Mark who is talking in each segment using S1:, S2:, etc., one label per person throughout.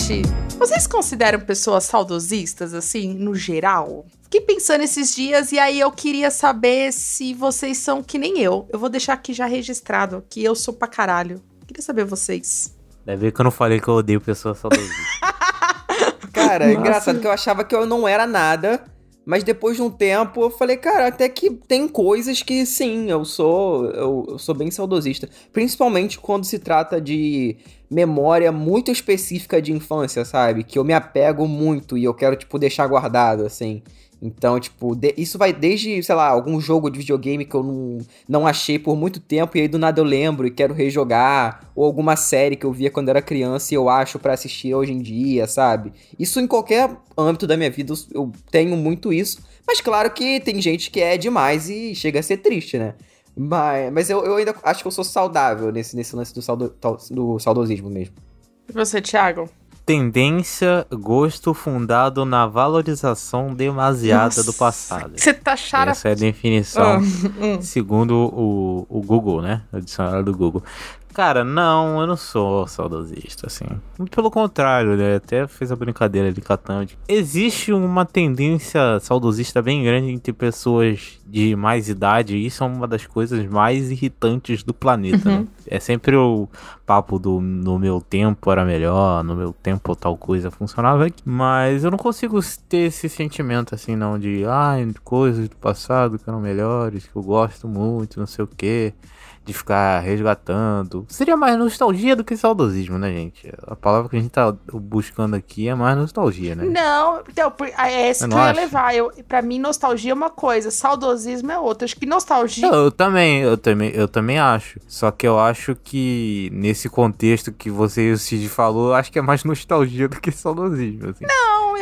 S1: Gente, vocês consideram pessoas saudosistas, assim, no geral? Fiquei pensando esses dias e aí eu queria saber se vocês são que nem eu. Eu vou deixar aqui já registrado que eu sou pra caralho. Queria saber vocês.
S2: Deve ver que eu não falei que eu odeio pessoas saudosistas.
S3: Cara, é engraçado que eu achava que eu não era nada, mas depois de um tempo eu falei, cara, até que tem coisas que sim, eu sou bem saudosista. Principalmente quando se trata de memória muito específica de infância, sabe? Que eu me apego muito e eu quero, tipo, deixar guardado, assim. Então, tipo, isso vai desde, sei lá, algum jogo de videogame que eu não achei por muito tempo e aí do nada eu lembro e quero rejogar, ou alguma série que eu via quando era criança e eu acho pra assistir hoje em dia, sabe? Isso em qualquer âmbito da minha vida eu tenho muito isso, mas claro que tem gente que é demais e chega a ser triste, né? Mas eu ainda acho que eu sou saudável nesse lance do saudosismo mesmo.
S1: E você, Thiago?
S2: Tendência, gosto fundado na valorização demasiada do passado.
S1: Você tá charapando.
S2: Essa é a definição, segundo o Google, né? O dicionário do Google. Cara, não, eu não sou saudosista, assim. Muito pelo contrário, né? Até fez a brincadeira ali com a Thumb. Existe uma tendência saudosista bem grande entre pessoas de mais idade, e isso é uma das coisas mais irritantes do planeta, né? É sempre o papo do no meu tempo era melhor, no meu tempo tal coisa funcionava, mas eu não consigo ter esse sentimento, assim, não, de coisas do passado que eram melhores, que eu gosto muito, não sei o quê. De ficar resgatando. Seria mais nostalgia do que saudosismo, né, gente? A palavra que a gente tá buscando aqui é mais nostalgia, né?
S1: Não, então, é essa que eu ia levar. Pra mim, nostalgia é uma coisa, saudosismo é outra. Acho que nostalgia...
S2: Eu também acho. Só que eu acho que nesse contexto que você e o Cid falou, eu acho que é mais nostalgia do que saudosismo, assim.
S1: Não,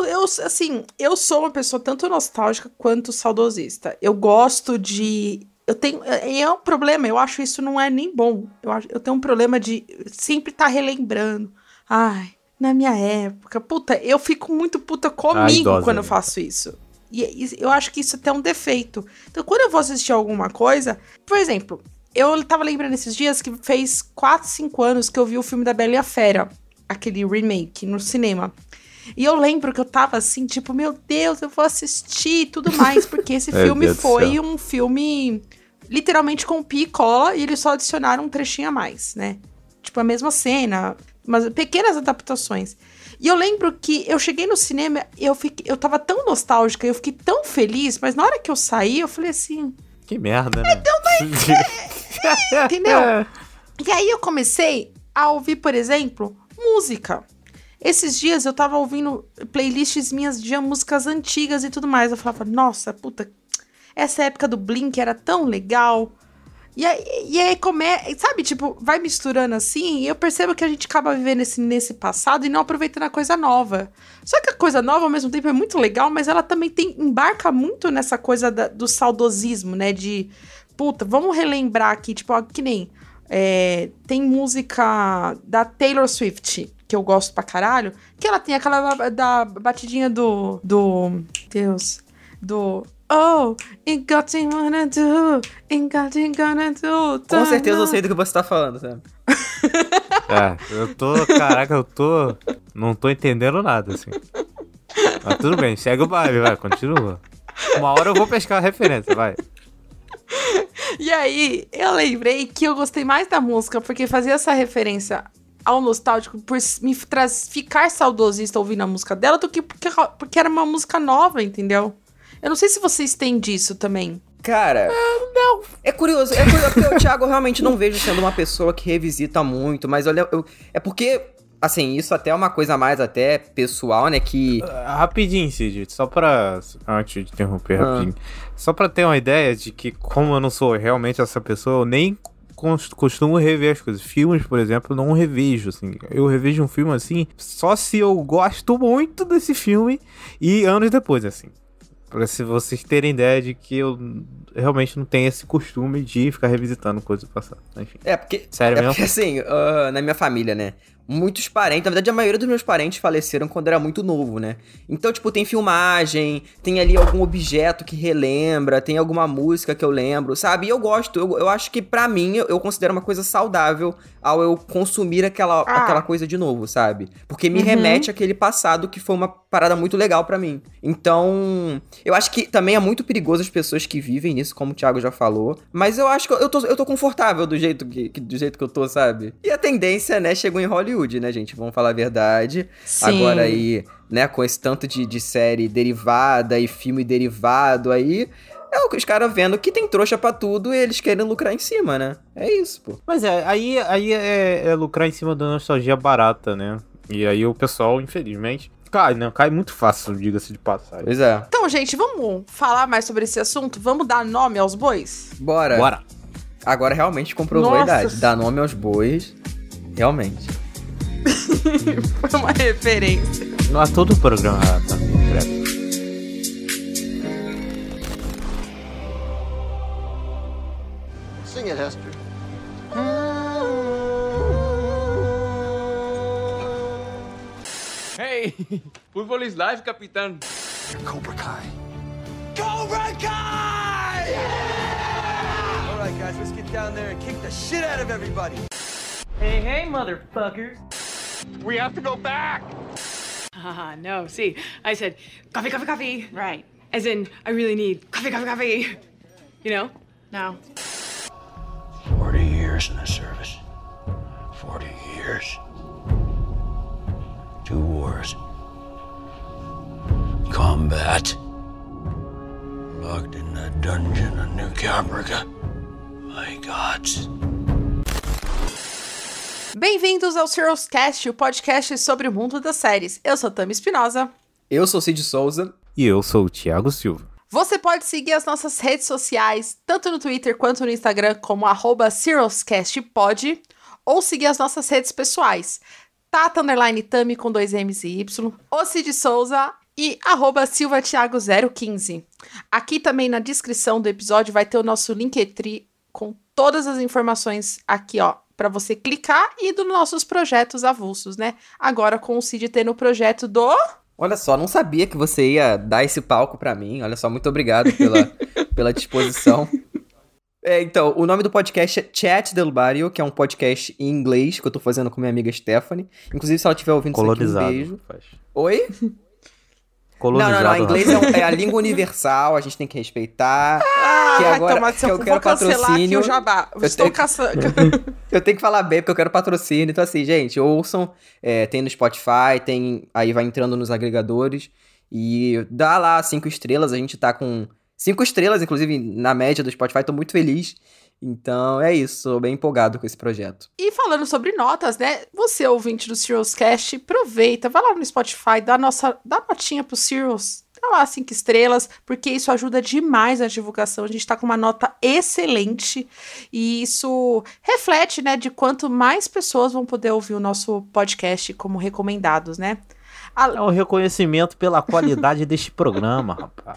S1: eu sou uma pessoa tanto nostálgica quanto saudosista. Eu gosto de... É um problema, eu acho isso não é nem bom. Eu tenho um problema de sempre estar relembrando. Na minha época. Puta, eu fico muito puta comigo quando eu faço isso. E eu acho que isso é até um defeito. Então, quando eu vou assistir alguma coisa... Por exemplo, eu tava lembrando esses dias que fez 4, 5 anos que eu vi o filme da Bela e a Fera. Aquele remake no cinema. E eu lembro que eu tava assim, tipo, meu Deus, eu vou assistir e tudo mais, porque esse filme foi um filme literalmente com pia e cola e eles só adicionaram um trechinho a mais, né? Tipo, a mesma cena, mas pequenas adaptações. E eu lembro que eu cheguei no cinema, eu tava tão nostálgica, eu fiquei tão feliz, mas na hora que eu saí, eu falei assim...
S2: Que merda, né?
S1: Entendeu? E aí eu comecei a ouvir, por exemplo, música. Esses dias eu tava ouvindo playlists minhas de músicas antigas e tudo mais. Eu falava, nossa, puta, essa época do Blink era tão legal. E aí sabe, tipo, vai misturando assim, e eu percebo que a gente acaba vivendo nesse passado e não aproveitando a coisa nova. Só que a coisa nova, ao mesmo tempo, é muito legal, mas ela também embarca muito nessa coisa do saudosismo, né? De, puta, vamos relembrar aqui, tipo, que nem... tem música da Taylor Swift, que eu gosto pra caralho, que ela tem aquela da batidinha do Oh, ain't got you wanna do, ain't got you gonna do.
S3: Com certeza eu sei do que você tá falando, Sam.
S2: Não tô entendendo nada, assim. Mas tudo bem, segue o baile, vai, continua. Uma hora eu vou pescar a referência, vai.
S1: E aí, eu lembrei que eu gostei mais da música, porque fazia essa referência ao nostálgico, por me ficar saudosista ouvindo a música dela, do que porque era uma música nova, entendeu? Eu não sei se vocês têm disso também.
S3: Cara, não. É curioso porque o Thiago realmente não vejo sendo uma pessoa que revisita muito, mas olha, é porque, assim, isso até é uma coisa mais até pessoal, né, que...
S2: Rapidinho, Cid, só pra... Antes de interromper, rapidinho. Só pra ter uma ideia de que, como eu não sou realmente essa pessoa, eu nem costumo rever as coisas. Filmes, por exemplo, eu não revejo, assim. Eu revejo um filme, assim, só se eu gosto muito desse filme e anos depois, assim. Pra se vocês terem ideia de que eu realmente não tenho esse costume de ficar revisitando coisas do passado. Enfim.
S3: Porque...
S2: Sério mesmo?
S3: Porque, assim, na minha família, né? muitos parentes, na verdade a maioria dos meus parentes faleceram quando era muito novo, né? Então, tipo, tem filmagem, tem ali algum objeto que relembra, tem alguma música que eu lembro, sabe? E eu gosto, eu acho que pra mim, eu considero uma coisa saudável ao eu consumir aquela coisa de novo, sabe? Porque me remete àquele passado que foi uma parada muito legal pra mim. Então, eu acho que também é muito perigoso as pessoas que vivem nisso, como o Thiago já falou, mas eu acho que eu tô confortável do jeito que eu tô, sabe? E a tendência, né, chegou em Hollywood, né, gente? Vamos falar a verdade.
S1: Sim.
S3: Agora aí, né, com esse tanto de série derivada e filme derivado aí, é o que os caras vendo que tem trouxa pra tudo e eles querem lucrar em cima, né? É isso, pô.
S2: Mas aí é lucrar em cima da nostalgia barata, né? E aí o pessoal, infelizmente, cai muito fácil, diga-se de passagem.
S3: Pois é.
S1: Então, gente, vamos falar mais sobre esse assunto? Vamos dar nome aos bois?
S3: Bora. Agora realmente comprovou a idade. Dar nome aos bois, realmente.
S1: Foi uma referência.
S2: Não há todo o programa tá direto.
S4: Sing it, Hester.
S5: Hey, fútbol is life, capitán.
S4: Cobra Kai.
S5: Cobra Kai! Yeah!
S6: All right, guys, let's get down there and kick the shit out of everybody.
S7: Hey, motherfuckers.
S5: We have to go back!
S7: No, see, I said, coffee. Right. As in, I really need coffee. You know? No.
S4: 40 years in the service. 40 years. 2 wars. Combat. Locked in the dungeon of New Caprica. My gods.
S1: Bem-vindos ao Serials Cast, o podcast sobre o mundo das séries. Eu sou Tami Espinosa.
S3: Eu sou Cid Souza.
S2: E eu sou o Thiago Silva.
S1: Você pode seguir as nossas redes sociais, tanto no Twitter quanto no Instagram, como @SerialsCastPod, ou seguir as nossas redes pessoais, Tata_Tami com 2 M's e Y, o Cid Souza e @SilvaThiago015. Aqui também na descrição do episódio vai ter o nosso Linktree com todas as informações aqui, ó, para você clicar e dos nossos projetos avulsos, né? Agora com o Cid tendo o projeto do...
S3: Olha só, não sabia que você ia dar esse palco pra mim. Olha só, muito obrigado pela disposição. Então, o nome do podcast é Chat del Barrio, que é um podcast em inglês que eu tô fazendo com minha amiga Stephanie. Inclusive, se ela estiver ouvindo
S2: Colonizado,
S3: isso aqui, um beijo.
S2: faz.
S3: Oi?
S2: Colonizado.
S3: Não, inglês é a língua universal, a gente tem que respeitar. Que agora
S1: tomar
S3: que eu quero
S1: cancelar
S3: patrocínio.
S1: aqui o jabá. Estou caçando.
S3: Eu tenho que falar bem, porque eu quero patrocínio. Então, assim, gente, ouçam. Tem no Spotify, aí vai entrando nos agregadores. E dá lá 5 estrelas. A gente tá com 5 estrelas, inclusive, na média do Spotify. Tô muito feliz. Então, é isso. Tô bem empolgado com esse projeto.
S1: E falando sobre notas, né? Você, ouvinte do Serials Cast, aproveita, vai lá no Spotify, dá notinha pro Serials. Dá lá 5 estrelas, porque isso ajuda demais na divulgação. A gente tá com uma nota excelente e isso reflete, né, de quanto mais pessoas vão poder ouvir o nosso podcast como recomendados, né?
S2: É um reconhecimento pela qualidade deste programa, rapaz.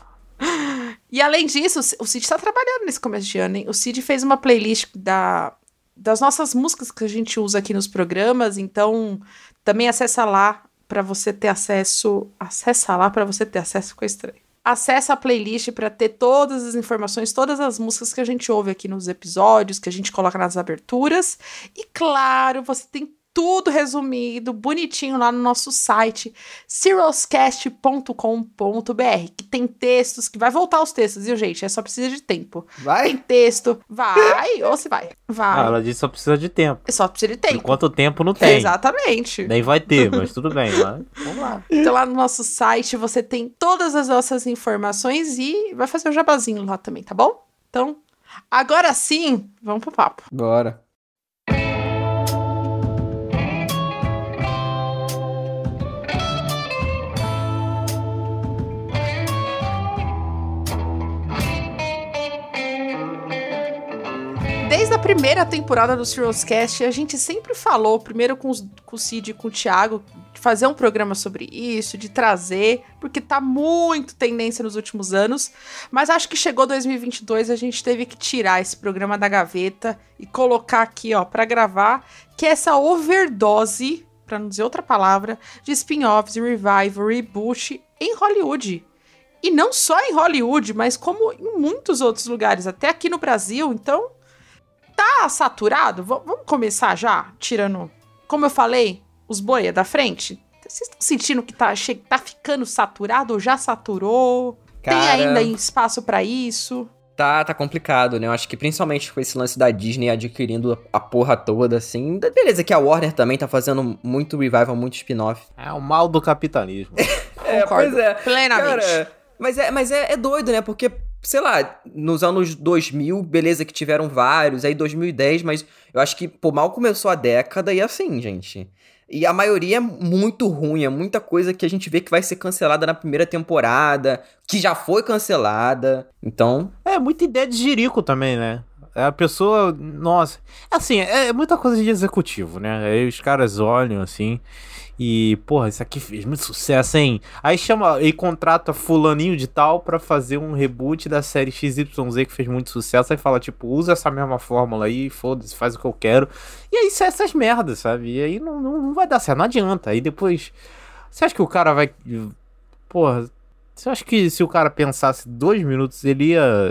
S1: E além disso, o Cid tá trabalhando nesse começo de ano, hein? O Cid fez uma playlist das nossas músicas que a gente usa aqui nos programas, então também acessa lá para você ter acesso. Acessa lá para você ter acesso, ficou estranho. Acessa a playlist para ter todas as informações, todas as músicas que a gente ouve aqui nos episódios, que a gente coloca nas aberturas. E claro, você tem tudo resumido, bonitinho lá no nosso site, serialscast.com.br, que tem textos, que vai voltar os textos, viu, gente? Só precisa de tempo.
S3: Vai?
S1: Tem texto, vai, ou se vai. Vai.
S2: Ela disse que só precisa de tempo.
S1: Só precisa de tempo.
S2: Enquanto o tempo não tem.
S1: Exatamente.
S2: Nem vai ter, mas tudo bem. Vamos lá.
S1: Então lá no nosso site você tem todas as nossas informações e vai fazer o jabazinho lá também, tá bom? Então, agora sim, vamos pro papo.
S3: Bora.
S1: Desde a primeira temporada do Serials Cast, a gente sempre falou, primeiro com o Cid e com o Thiago, de fazer um programa sobre isso, de trazer, porque tá muito tendência nos últimos anos, mas acho que chegou 2022, a gente teve que tirar esse programa da gaveta e colocar aqui, ó, pra gravar, que é essa overdose pra não dizer outra palavra, de spin-offs, revival, reboot em Hollywood. E não só em Hollywood, mas como em muitos outros lugares, até aqui no Brasil. Então, tá saturado? Vamos começar já, tirando, como eu falei, os boia da frente? Vocês estão sentindo que tá ficando saturado ou já saturou?
S3: Cara,
S1: tem ainda espaço pra isso?
S3: Tá complicado, né? Eu acho que principalmente com esse lance da Disney adquirindo a porra toda, assim. Beleza que a Warner também tá fazendo muito revival, muito spin-off.
S2: É o mal do capitalismo.
S3: Pois é.
S1: Plenamente.
S3: Cara, mas é doido, né? Porque, sei lá, nos anos 2000, beleza que tiveram vários, aí 2010, mas eu acho que, pô, mal começou a década e assim, gente. E a maioria é muito ruim, é muita coisa que a gente vê que vai ser cancelada na primeira temporada, que já foi cancelada, então...
S2: É muita ideia de jirico também, né? A pessoa, nossa... Assim, é muita coisa de executivo, né? Aí os caras olham, assim... E, porra, isso aqui fez muito sucesso, hein? Aí chama e contrata fulaninho de tal pra fazer um reboot da série XYZ que fez muito sucesso. Aí fala, tipo, usa essa mesma fórmula aí, foda-se, faz o que eu quero. E aí sai essas merdas, sabe? E aí não vai dar certo, não adianta. Aí depois, você acha que o cara vai... Porra, você acha que se o cara pensasse 2 minutos, ele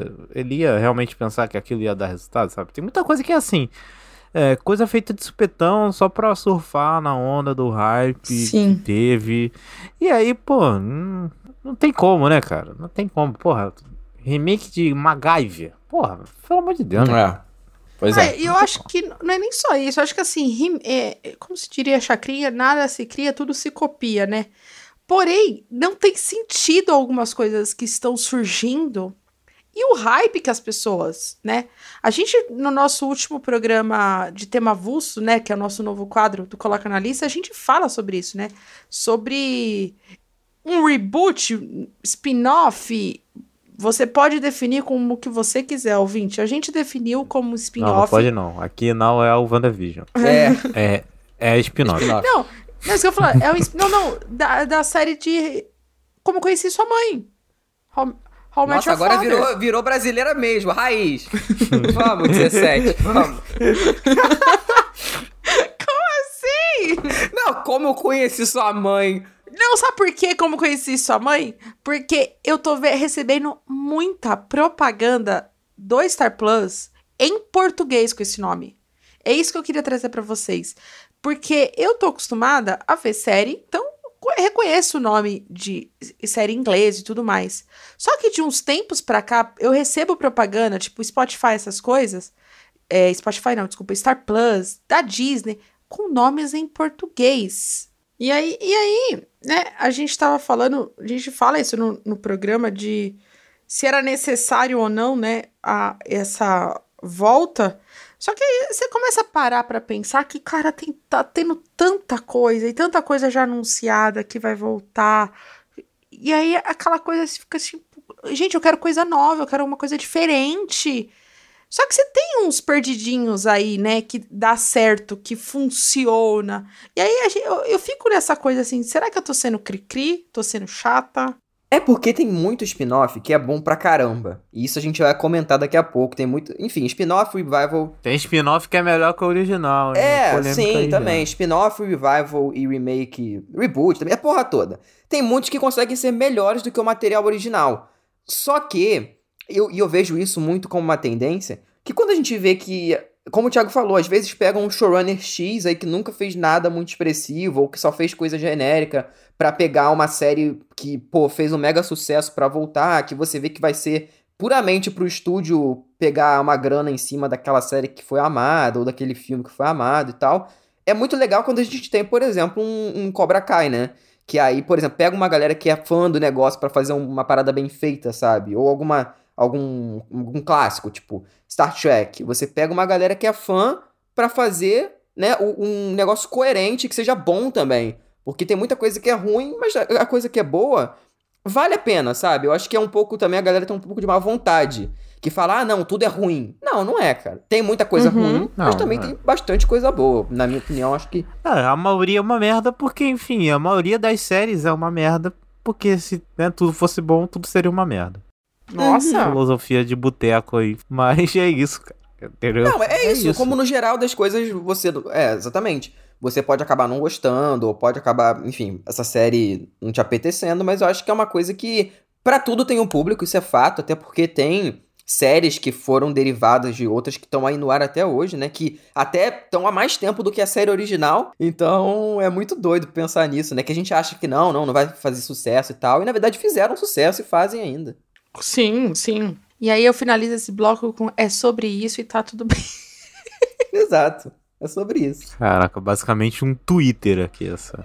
S2: ia realmente pensar que aquilo ia dar resultado, sabe? Tem muita coisa que é assim... coisa feita de supetão só pra surfar na onda do hype que teve. E aí, pô, não tem como, né, cara? Não tem como, porra. Remake de MacGyver. Porra, pelo amor de Deus, né?
S3: Pois é.
S1: E eu acho que não é nem só isso. Eu acho que assim, como se diria Chacrinha, nada se cria, tudo se copia, né? Porém, não tem sentido algumas coisas que estão surgindo. E o hype que as pessoas, né? A gente, no nosso último programa de tema avulso, né? Que é o nosso novo quadro do Coloca na Lista, a gente fala sobre isso, né? Sobre um reboot, spin-off. Você pode definir como que você quiser, ouvinte. A gente definiu como spin-off.
S2: Não pode não. Aqui não é o WandaVision. É spin-off.
S1: Não, mas que eu falo, da série de Como Conheci Sua Mãe.
S3: Nossa, agora virou brasileira mesmo, raiz. Vamos, 17, vamos.
S1: Como assim?
S3: Não, como eu conheci sua mãe.
S1: Não, sabe por quê? Como conheci sua mãe? Porque eu tô recebendo muita propaganda do Star Plus em português com esse nome. É isso que eu queria trazer pra vocês. Porque eu tô acostumada a ver série, então reconheço o nome de série em inglês e tudo mais. Só que de uns tempos pra cá, eu recebo propaganda, tipo Spotify, essas coisas. Spotify não, desculpa, Star Plus, da Disney, com nomes em português. E aí, né, a gente fala isso no programa de se era necessário ou não, né, essa volta. Só que aí você começa a parar pra pensar que, cara, tá tendo tanta coisa, e tanta coisa já anunciada que vai voltar. E aí aquela coisa fica tipo, gente, eu quero coisa nova, eu quero uma coisa diferente. Só que você tem uns perdidinhos aí, né, que dá certo, que funciona. E aí eu fico nessa coisa assim, será que eu tô sendo cri-cri? Tô sendo chata?
S3: É porque tem muito spin-off que é bom pra caramba. E isso a gente vai comentar daqui a pouco. Tem muito... Enfim, spin-off, revival...
S2: Tem spin-off que é melhor que o original.
S3: Sim, também. Spin-off, revival e remake, reboot, também, a porra toda. Tem muitos que conseguem ser melhores do que o material original. Só que, eu vejo isso muito como uma tendência, que quando a gente vê que... Como o Thiago falou, às vezes pegam um showrunner X aí que nunca fez nada muito expressivo, ou que só fez coisa genérica, pra pegar uma série que, pô, fez um mega sucesso pra voltar, que você vê que vai ser puramente pro estúdio pegar uma grana em cima daquela série que foi amada, ou daquele filme que foi amado e tal. É muito legal quando a gente tem, por exemplo, um Cobra Kai, né? Que aí, por exemplo, pega uma galera que é fã do negócio pra fazer uma parada bem feita, sabe? Ou algum clássico, tipo Star Trek. Você pega uma galera que é fã pra fazer, né, um negócio coerente que seja bom também. Porque tem muita coisa que é ruim, mas a coisa que é boa vale a pena, sabe? Eu acho que é um pouco também, a galera tem um pouco de má vontade. Que fala, não, tudo é ruim. Não é, cara. Tem muita coisa ruim, mas também tem bastante coisa boa. Na minha opinião, acho que...
S2: A maioria é uma merda porque, enfim, a maioria das séries é uma merda porque se, né, tudo fosse bom, tudo seria uma merda.
S1: Nossa!
S2: Filosofia de boteco aí. Mas é isso, cara. Entendeu?
S3: Não, é isso. Como no geral das coisas, exatamente. você pode acabar não gostando, ou pode acabar, enfim, essa série não te apetecendo, mas eu acho que é uma coisa que pra tudo tem um público, isso é fato, até porque tem séries que foram derivadas de outras que estão aí no ar até hoje, né? Que até estão há mais tempo do que a série original. Então é muito doido pensar nisso, né? Que a gente acha que não vai fazer sucesso e tal. E na verdade fizeram sucesso e fazem ainda.
S1: Sim, sim. E aí eu finalizo esse bloco com é sobre isso e tá tudo bem.
S3: Exato. É sobre isso.
S2: Caraca, basicamente um Twitter aqui, essa.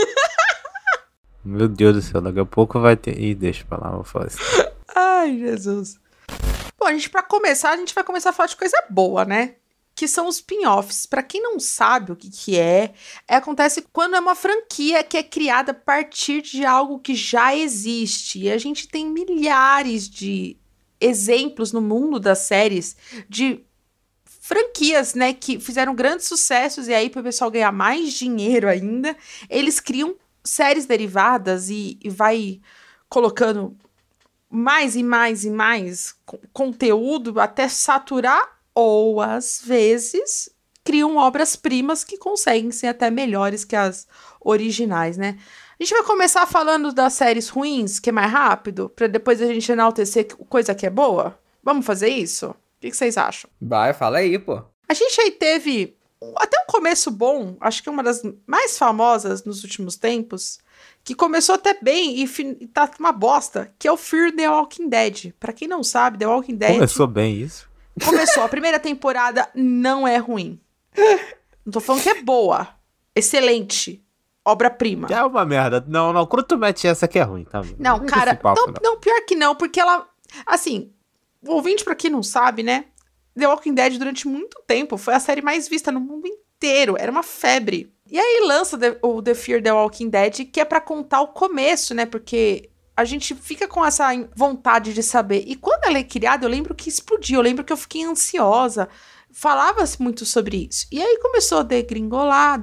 S2: Meu Deus do céu, daqui a pouco vai ter... Ih, deixa pra lá, vou falar isso.
S1: Ai, Jesus. Bom, pra começar, a gente vai começar a falar de coisa boa, né? Que são os spin-offs. Pra quem não sabe o que acontece quando é uma franquia que é criada a partir de algo que já existe. E a gente tem milhares de exemplos no mundo das séries de franquias, né, que fizeram grandes sucessos e aí para o pessoal ganhar mais dinheiro ainda, eles criam séries derivadas e vai colocando mais e mais e mais conteúdo até saturar, ou às vezes criam obras-primas que conseguem ser até melhores que as originais, né? A gente vai começar falando das séries ruins, que é mais rápido, para depois a gente enaltecer coisa que é boa? Vamos fazer isso? O que vocês acham?
S3: Vai, fala aí, pô.
S1: A gente aí teve até um começo bom, acho que uma das mais famosas nos últimos tempos, que começou até bem e tá uma bosta, que é o Fear the Walking Dead. Pra quem não sabe, The Walking Dead...
S2: Começou bem isso?
S1: Começou. A primeira temporada não é ruim. Não tô falando que é boa. Excelente. Obra-prima.
S2: É uma merda. Não. Quando tu mete essa que é ruim, tá?
S1: Não, cara. Não, pior que não, porque ela... Assim, o ouvinte, pra quem não sabe, né? The Walking Dead, durante muito tempo, foi a série mais vista no mundo inteiro. Era uma febre. E aí lança o The Fear the Walking Dead, que é pra contar o começo, né? Porque a gente fica com essa vontade de saber. E quando ela é criada, eu lembro que explodiu. Eu lembro que eu fiquei ansiosa. Falava-se muito sobre isso. E aí começou a degringolar.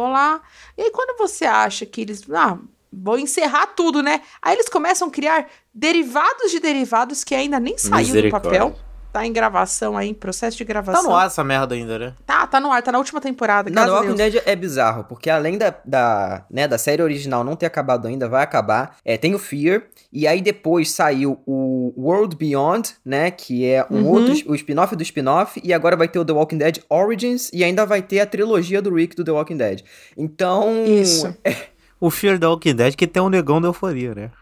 S1: E aí quando você acha que eles... vou encerrar tudo, né? Aí eles começam a criar derivados de derivados que ainda nem saiu do papel. Tá em gravação aí, em processo de gravação.
S2: Tá no ar essa merda ainda, né?
S1: Tá no ar, tá na última temporada.
S3: Não, The Walking Dead é bizarro, porque além da série original não ter acabado ainda, vai acabar. Tem o Fear, e aí depois saiu o World Beyond, né? Que é o spin-off do spin-off, e agora vai ter o The Walking Dead Origins, e ainda vai ter a trilogia do Rick do The Walking Dead. Então...
S1: Isso.
S2: O Fear the Walking Dead que tem um negão da euforia, né?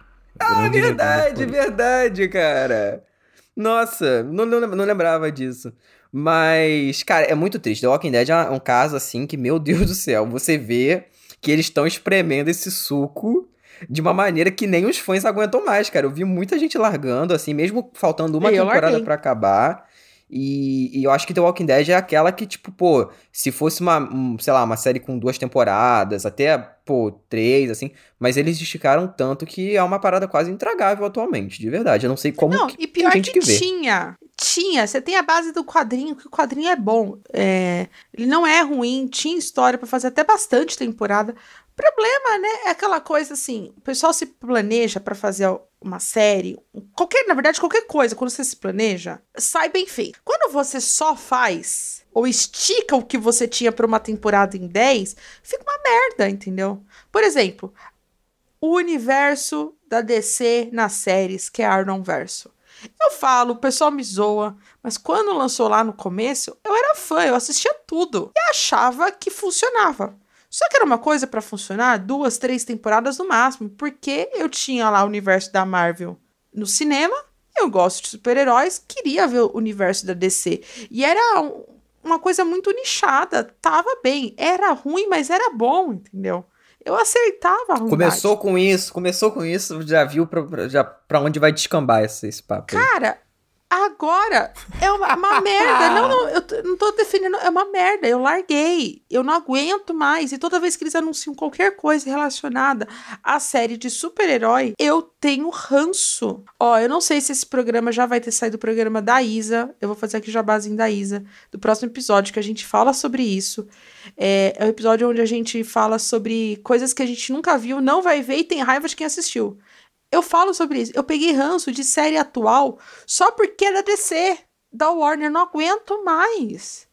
S3: Verdade, cara. Nossa, não lembrava disso. Mas, cara, é muito triste. The Walking Dead é um caso, assim, que, meu Deus do céu, você vê que eles estão espremendo esse suco de uma maneira que nem os fãs aguentam mais, cara. Eu vi muita gente largando, assim, mesmo faltando uma temporada pra acabar. E eu acho que The Walking Dead é aquela que, tipo, pô, se fosse uma série com 2 temporadas, até, 3, assim, mas eles esticaram tanto que é uma parada quase intragável atualmente, de verdade. Eu não sei como
S1: e pior tem gente que vê. Tinha, você tem a base do quadrinho, que o quadrinho é bom. Ele não é ruim, tinha história pra fazer até bastante temporada. O problema, né, é aquela coisa assim, o pessoal se planeja pra fazer uma série, na verdade, qualquer coisa, quando você se planeja, sai bem feito. Quando você só faz, ou estica o que você tinha pra uma temporada em 10, fica uma merda, entendeu? Por exemplo, o universo da DC nas séries, que é Arnonverso. Eu falo, o pessoal me zoa, mas quando lançou lá no começo, eu era fã, eu assistia tudo e achava que funcionava. Só que era uma coisa pra funcionar 2, 3 temporadas no máximo, porque eu tinha lá o universo da Marvel no cinema, eu gosto de super-heróis, queria ver o universo da DC. E era uma coisa muito nichada, tava bem, era ruim, mas era bom, entendeu? Eu acertava a ruindade.
S3: Começou com isso, já viu pra onde vai descambar esse papo aí.
S1: Cara, agora é uma merda. Não, eu não tô defendendo, é uma merda. Eu larguei, eu não aguento mais. E toda vez que eles anunciam qualquer coisa relacionada à série de super-herói, eu tenho ranço. Eu não sei se esse programa já vai ter saído do programa da Isa. Eu vou fazer aqui o jabazinho da Isa, do próximo episódio, que a gente fala sobre isso. É um episódio onde a gente fala sobre coisas que a gente nunca viu, não vai ver e tem raiva de quem assistiu. Eu falo sobre isso. Eu peguei ranço de série atual só porque era DC, da Warner. Não aguento mais.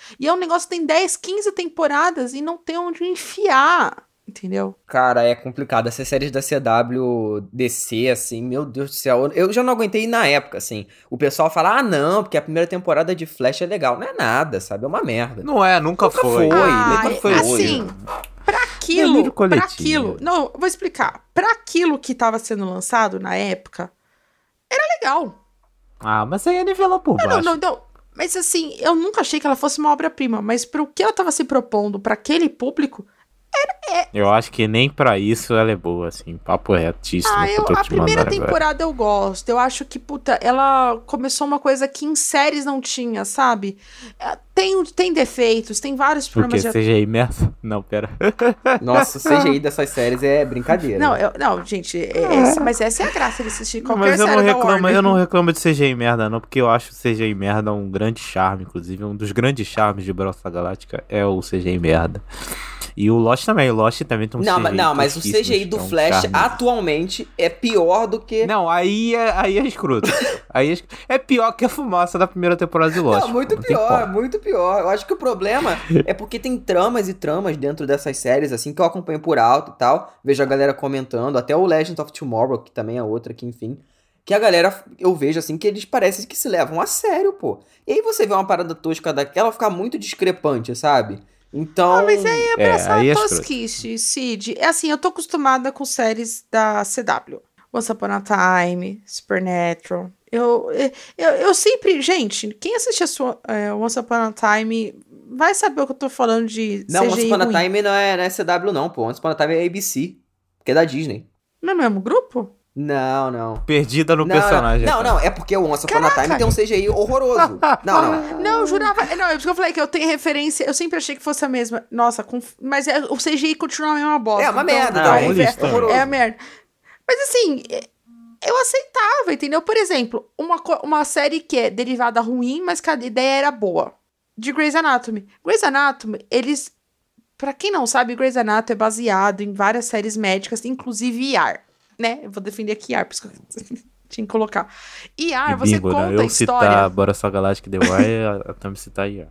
S1: E é um negócio que tem 10, 15 temporadas e não tem onde enfiar, entendeu?
S3: Cara, é complicado. Essas séries da CW, DC, assim, meu Deus do céu. Eu já não aguentei na época, assim. O pessoal fala, não, porque a primeira temporada de Flash é legal. Não é nada, sabe? É uma merda.
S2: Não é, nunca foi.
S3: Nunca foi.
S1: Assim, pra aquilo... Não, eu vou explicar. Pra aquilo que tava sendo lançado na época, era legal.
S2: Mas aí é nivelar por baixo.
S1: Não. Mas assim, eu nunca achei que ela fosse uma obra-prima. Mas pro que ela tava se propondo pra aquele público...
S2: Eu acho que nem pra isso ela é boa, assim, papo retíssimo.
S1: A primeira temporada eu gosto. Eu acho que, ela começou uma coisa que em séries não tinha, sabe? Tem defeitos, tem vários problemas.
S2: Porque CGI merda? Não, pera.
S3: Nossa, o CGI dessas séries é brincadeira.
S1: Não, gente, mas essa é a graça de assistir qualquer série
S2: eu não reclamo de CGI merda, não, porque eu acho o CGI merda um grande charme, inclusive. Um dos grandes charmes de Battlestar Galáctica é o CGI merda. E o Lost também tem um CGI.
S3: Não, mas o CGI do Flash atualmente é pior do que...
S2: Não, aí é escroto. É pior que a fumaça da primeira temporada de Lost.
S3: Não, muito pior. Eu acho que o problema é porque tem tramas e tramas dentro dessas séries, assim, que eu acompanho por alto e tal. Vejo a galera comentando, até o Legends of Tomorrow, que também é outra que, enfim... Que a galera, eu vejo assim, que eles parecem que se levam a sério, pô. E aí você vê uma parada tosca daquela, ficar muito discrepante, sabe? Então...
S1: mas aí é pra essa tosquice, Cid. É assim, eu tô acostumada com séries da CW. Once Upon a Time, Supernatural. Eu sempre... Gente, quem assiste Once Upon a Time vai saber o que eu tô falando de
S3: Não,
S1: CGI
S3: Once Upon a
S1: ruim.
S3: Time não é CW não, pô. Once Upon a Time é ABC, que é da Disney.
S1: Não é o mesmo grupo?
S3: Não.
S2: Perdida no personagem.
S3: Não, é porque o Once Upon a Time tem um CGI horroroso.
S1: Não, eu jurava... Não, é por isso que eu falei que eu tenho referência... Eu sempre achei que fosse a mesma. Nossa, mas o CGI continua a mesma bosta.
S3: É uma merda.
S1: É a merda. Mas assim, eu aceitava, entendeu? Por exemplo, uma série que é derivada ruim, mas que a ideia era boa. De Grey's Anatomy. Grey's Anatomy, eles... Pra quem não sabe, Grey's Anatomy é baseado em várias séries médicas, inclusive ER. Né? Eu vou defender aqui ER, por isso que eu tinha que colocar. ER, você
S2: bingo,
S1: conta
S2: né?
S1: a história...
S2: citar Battlestar Galactica The Wire, a Thumb citar ER.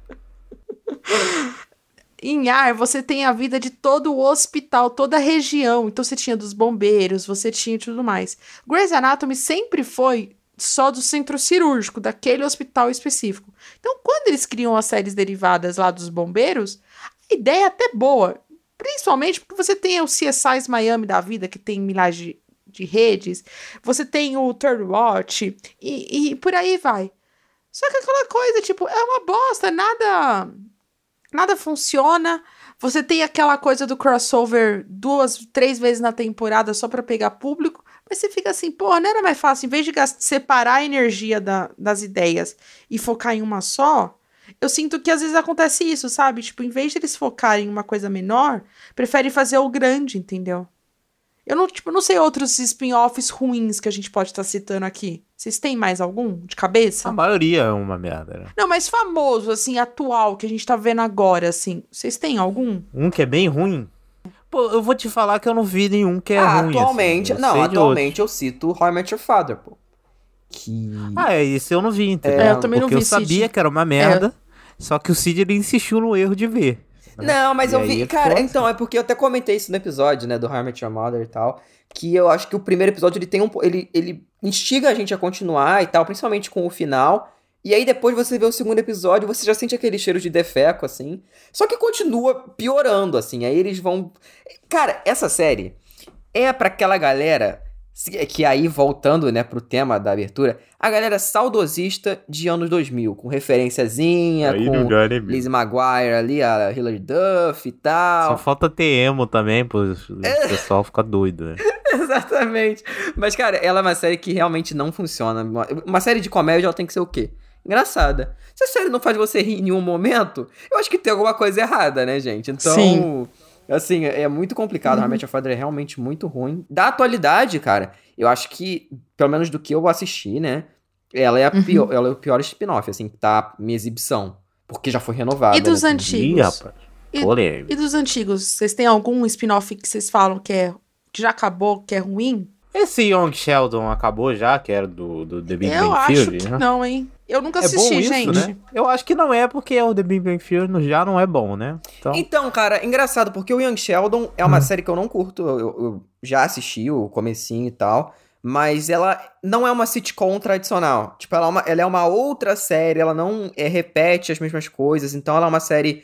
S1: Em ER, você tem a vida de todo o hospital, toda a região. Então, você tinha dos bombeiros, você tinha tudo mais. Grey's Anatomy sempre foi só do centro cirúrgico, daquele hospital específico. Então, quando eles criam as séries derivadas lá dos bombeiros, a ideia é até boa. Principalmente porque você tem o CSI Miami da vida, que tem milhares de redes. Você tem o Third Watch e por aí vai. Só que aquela coisa, tipo, é uma bosta, nada funciona. Você tem aquela coisa do crossover 2, 3 vezes na temporada só pra pegar público, mas você fica assim, porra, não era mais fácil, em vez de separar a energia das ideias e focar em uma só, eu sinto que às vezes acontece isso, sabe? Tipo, em vez de eles focarem em uma coisa menor, preferem fazer o grande, entendeu? Eu não sei outros spin-offs ruins que a gente pode estar citando aqui. Vocês têm mais algum de cabeça?
S2: A maioria é uma merda, né?
S1: Não, mas famoso, assim, atual, que a gente tá vendo agora, assim. Vocês têm algum?
S2: Um que é bem ruim? Pô, eu vou te falar que eu não vi nenhum que é ruim.
S3: Atualmente,
S2: assim.
S3: Atualmente eu cito How I Met Your Father, pô.
S2: Esse eu não vi, entendeu?
S1: Eu também não vi,
S2: porque eu sabia
S1: Cid.
S2: Que era uma merda, só que o Cid ele insistiu no erro de ver.
S3: Não, mas eu vi, cara,
S2: assim.
S3: então, é porque eu até comentei isso no episódio, né, do How I Met Your Mother e tal, que eu acho que o primeiro episódio ele tem ele instiga a gente a continuar e tal, principalmente com o final, e aí depois você vê o segundo episódio, você já sente aquele cheiro de defeco, assim, só que continua piorando, assim, aí eles vão... Cara, essa série é pra aquela galera... Que aí, voltando, né, pro tema da abertura, a galera saudosista de anos 2000, com referenciazinha,
S2: aí
S3: com Lizzie Maguire ali, a Hilary Duff e tal.
S2: Só falta ter emo também, pro pessoal ficar doido, né?
S3: Exatamente. Mas, cara, ela é uma série que realmente não funciona. Uma série de comédia, ela tem que ser o quê? Engraçada. Se a série não faz você rir em nenhum momento, eu acho que tem alguma coisa errada, né, gente? Então...
S1: Sim.
S3: Assim, é muito complicado. How I Met Your Father é realmente muito ruim. Da atualidade, cara, eu acho que, pelo menos do que eu assisti, né? Ela é ela é o pior spin-off, assim, que tá minha exibição. Porque já foi renovada.
S1: E dos
S3: né?
S1: antigos?
S2: Ih, rapaz.
S1: E dos antigos? Vocês têm algum spin-off que vocês falam que já acabou, que é ruim?
S2: Esse Young Sheldon acabou já, que era do The Big
S1: Eu
S2: Bang
S1: acho
S2: Theory,
S1: que
S2: né?
S1: não, hein? Eu nunca
S2: É
S1: assisti,
S2: bom isso,
S1: gente.
S2: né? Eu acho que não é, porque o The Big Bang Theory já não é bom, né?
S3: Então, cara, engraçado, porque o Young Sheldon é uma série que eu não curto. Eu já assisti o comecinho e tal. Mas ela não é uma sitcom tradicional. Tipo, ela é uma outra série, ela não repete as mesmas coisas. Então, ela é uma série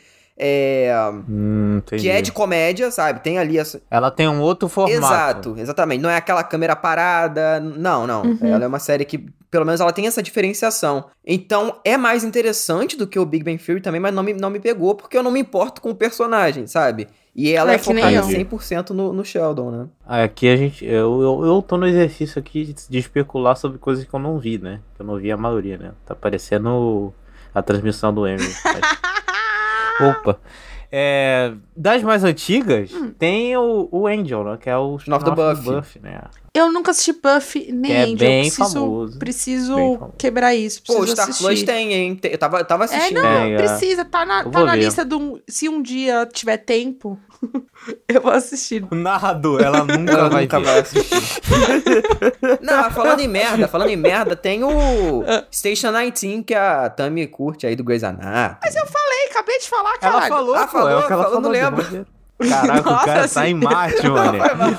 S3: que é de comédia, sabe? Tem ali...
S2: Ela tem um outro formato.
S3: Exato, exatamente. Não é aquela câmera parada. Não. Ela é uma série que, pelo menos, ela tem essa diferenciação. Então, é mais interessante do que o Big Bang Theory também, mas não me pegou, porque eu não me importo com o personagem, sabe? E ela é focada 100% no Sheldon, né?
S2: Aqui a gente... Eu tô no exercício aqui de especular sobre coisas que eu não vi, né? Que eu não vi a maioria, né? Tá parecendo a transmissão do Emmy. Opa! Das mais antigas, tem o Angel, né? Que é o
S3: spin-off do
S2: Buffy, né?
S1: Eu nunca assisti Buffy nem
S2: é
S1: Angel.
S2: Bem famoso.
S1: Preciso quebrar isso.
S3: Pô, o
S1: Star
S3: Plus tem, hein? Eu tava assistindo.
S1: Precisa. Tá na lista do... Se um dia tiver tempo, eu vou assistir.
S2: O narrador, ela nunca vai
S3: assistir. Não, falando em merda, tem o Station 19, que a Tami curte aí do Grey's Anatomy.
S1: Mas eu falei, acabei de falar, cara.
S2: Ela falou, é o que ela falou,
S3: não lembro.
S2: Caraca, o cara tá em Marte, mano.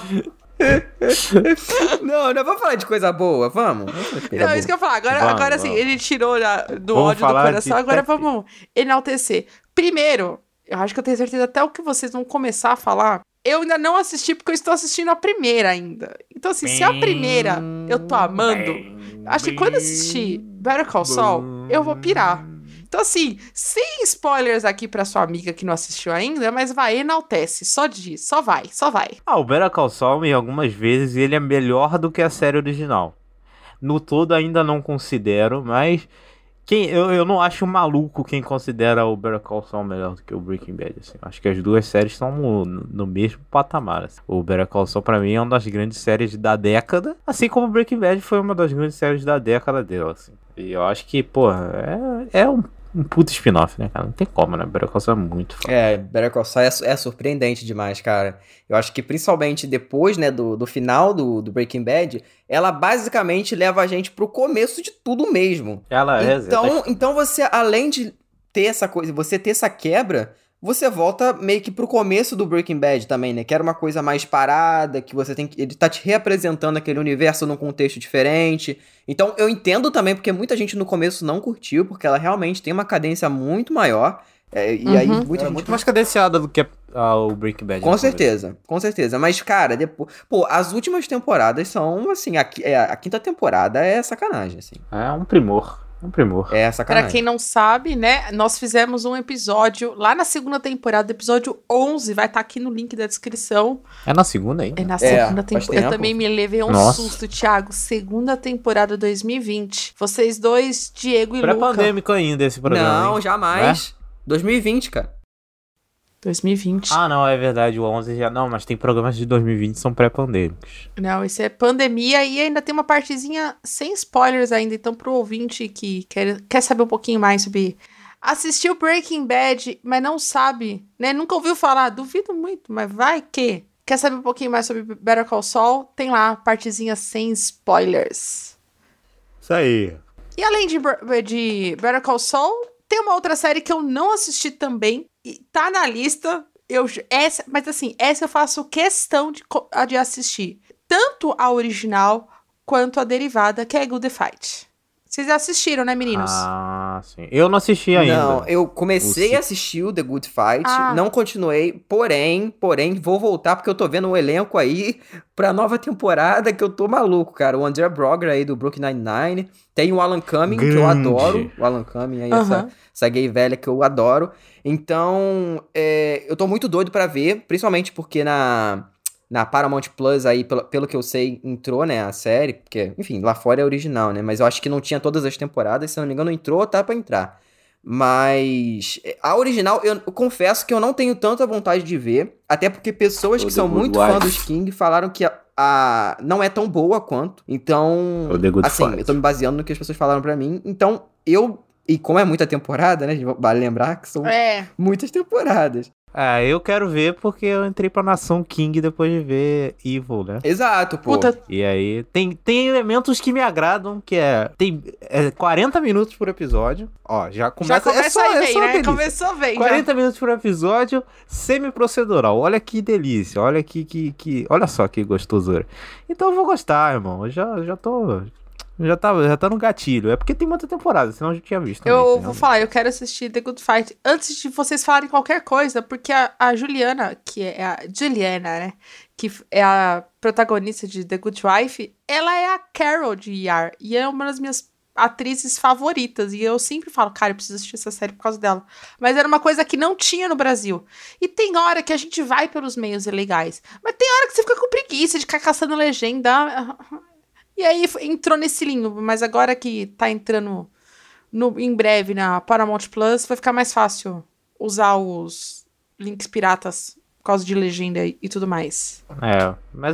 S3: Não, vamos falar de coisa boa, vamos?
S1: Não, isso que eu ia falar. Agora sim, ele tirou do ódio do coração, agora vamos enaltecer. Primeiro, eu acho que eu tenho certeza até o que vocês vão começar a falar, eu ainda não assisti porque eu estou assistindo a primeira ainda. Então, assim, se a primeira eu tô amando, acho que quando assistir Better Call Saul, eu vou pirar. Então, assim, sem spoilers aqui pra sua amiga que não assistiu ainda, mas vai, enaltece, só vai.
S2: O Better Call Saul, em algumas vezes, ele é melhor do que a série original. No todo, ainda não considero, mas eu não acho maluco quem considera o Better Call Saul melhor do que o Breaking Bad, assim. Acho que as duas séries estão no mesmo patamar, assim. O Better Call Saul, pra mim, é uma das grandes séries da década, assim como o Breaking Bad foi uma das grandes séries da década dela, assim. E eu acho que, porra, é um puto spin-off, né, cara? Não tem como, né? Better Call Saul é muito foda.
S3: Better Call Saul é surpreendente demais, cara. Eu acho que principalmente depois, né, do final do Breaking Bad, ela basicamente leva a gente pro começo de tudo mesmo. Então você, além de ter essa coisa, você ter essa quebra, você volta meio que pro começo do Breaking Bad também, né? Que era uma coisa mais parada, que você ele tá te reapresentando aquele universo num contexto diferente. Então eu entendo também, porque muita gente no começo não curtiu, porque ela realmente tem uma cadência muito maior. E aí muita gente...
S2: muito mais cadenciada do que o Breaking Bad.
S3: Com certeza. Mas, cara, depois... Pô, as últimas temporadas são, assim, a quinta temporada é sacanagem, assim.
S2: É um primor.
S3: É sacanagem.
S1: Pra quem não sabe, né, nós fizemos um episódio lá na segunda temporada, episódio 11, vai estar aqui no link da descrição.
S2: É na segunda ainda?
S1: É na segunda temporada. Eu também me levei um susto, Thiago. Segunda temporada 2020. Vocês dois, Diego e Luca.
S2: Pré-pandêmico ainda esse programa.
S3: Não, jamais. 2020, cara.
S1: 2020.
S2: Ah, não, é verdade, o 11 já... Não, mas tem programas de 2020 que são pré-pandêmicos.
S1: Não, isso é pandemia e ainda tem uma partezinha sem spoilers ainda, então pro ouvinte que quer saber um pouquinho mais sobre... Assistiu Breaking Bad, mas não sabe, né? Nunca ouviu falar, duvido muito, mas vai que... Quer saber um pouquinho mais sobre Better Call Saul? Tem lá, partezinha sem spoilers.
S2: Isso aí.
S1: E além de Better Call Saul, tem uma outra série que eu não assisti também, e tá na lista, mas assim, essa eu faço questão de assistir. Tanto a original, quanto a derivada, que é Good Fight. Vocês assistiram, né, meninos?
S2: Ah, sim. Eu não assisti ainda.
S3: Não, eu comecei a assistir o The Good Fight, não continuei, porém, vou voltar porque eu tô vendo um elenco aí pra nova temporada que eu tô maluco, cara. O Andrea Brogger aí do Brooklyn Nine-Nine, tem o Alan Cumming, que eu adoro. O Alan Cumming aí, essa gay velha que eu adoro. Então, eu tô muito doido pra ver, principalmente porque na Paramount Plus aí, pelo que eu sei, entrou, né, a série, porque, enfim, lá fora é original, né, mas eu acho que não tinha todas as temporadas, se não me engano, entrou, tá pra entrar. Mas a original, eu confesso que eu não tenho tanta vontade de ver, até porque pessoas que são muito fãs dos King falaram que não é tão boa quanto, então, assim, eu tô me baseando no que as pessoas falaram pra mim, então, e como é muita temporada, né, vale lembrar que são muitas temporadas.
S2: Eu quero ver porque eu entrei pra Nação King depois de ver Evil, né?
S3: Exato, pô.
S1: Puta,
S2: E aí, tem elementos que me agradam, que tem 40 minutos por episódio. Ó, já começa...
S1: já começa aí bem,
S2: uma
S1: né?
S2: delícia.
S1: Começou bem.
S2: 40 minutos por episódio, semi-procedural. Olha que delícia, olha que... Olha só que gostosura. Então eu vou gostar, irmão. Eu já tô... Já tá no gatilho. É porque tem muita temporada, senão eu já tinha visto.
S1: Eu vou falar, eu quero assistir The Good Fight antes de vocês falarem qualquer coisa, porque a Juliana, que é a Juliana, né? Que é a protagonista de The Good Wife, ela é a Carol de ER. E é uma das minhas atrizes favoritas. E eu sempre falo, cara, eu preciso assistir essa série por causa dela. Mas era uma coisa que não tinha no Brasil. E tem hora que a gente vai pelos meios ilegais. Mas tem hora que você fica com preguiça de ficar caçando legenda. E aí entrou nesse limbo, mas agora que tá entrando em breve na Paramount Plus, vai ficar mais fácil usar os links piratas por causa de legenda e tudo mais.
S2: Mas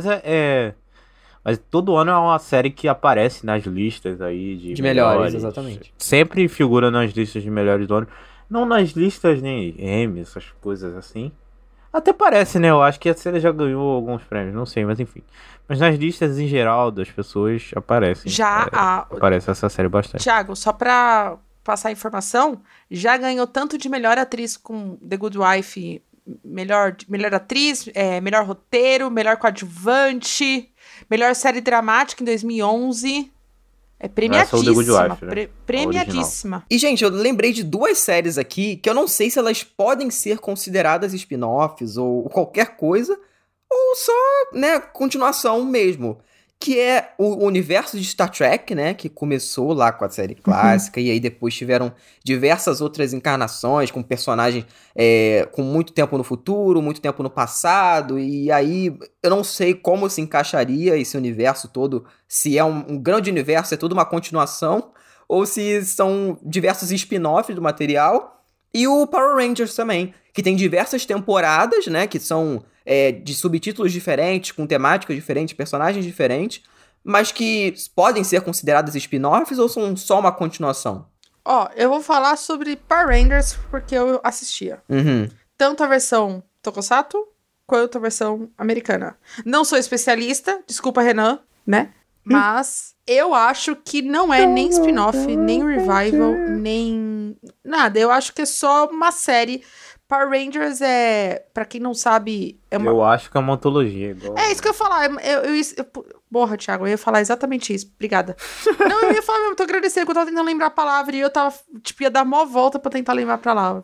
S2: mas todo ano é uma série que aparece nas listas aí de
S3: melhores, exatamente.
S2: Sempre figura nas listas de melhores do ano. Não nas listas nem Emmy, essas coisas assim. Até parece, né? Eu acho que a série já ganhou alguns prêmios, não sei, mas enfim. Mas nas listas em geral das pessoas aparecem. Aparece essa série bastante.
S1: Thiago, só pra passar a informação, já ganhou tanto de melhor atriz com The Good Wife, melhor atriz, melhor roteiro, melhor coadjuvante, melhor série dramática em 2011. É premiadíssima.
S2: The Good Wife, né?
S1: Premiadíssima.
S3: E, gente, eu lembrei de duas séries aqui que eu não sei se elas podem ser consideradas spin-offs ou qualquer coisa, ou só, né, continuação mesmo. Que é o universo de Star Trek, né, que começou lá com a série clássica, e aí depois tiveram diversas outras encarnações com personagens com muito tempo no futuro, muito tempo no passado, e aí eu não sei como se encaixaria esse universo todo, se é um grande universo, é tudo uma continuação, ou se são diversos spin-offs do material, e o Power Rangers também, que tem diversas temporadas, né, que são de subtítulos diferentes, com temáticas diferentes, personagens diferentes, mas que podem ser consideradas spin-offs ou são só uma continuação?
S1: Ó, eu vou falar sobre Power Rangers porque eu assistia. Tanto a versão Tokusatsu quanto a versão americana. Não sou especialista, desculpa, Renan, né? Mas eu acho que não é nem spin-off, nem revival, nem nada. Eu acho que é só uma série. Power Rangers pra quem não sabe, é uma...
S2: Eu acho que é uma antologia. Igual...
S1: É isso que eu ia falar. Porra, Thiago, eu ia falar exatamente isso. Obrigada. Não, eu ia falar mesmo, tô agradecendo que eu tava tentando lembrar a palavra e eu tava, ia dar mó volta pra tentar lembrar a palavra.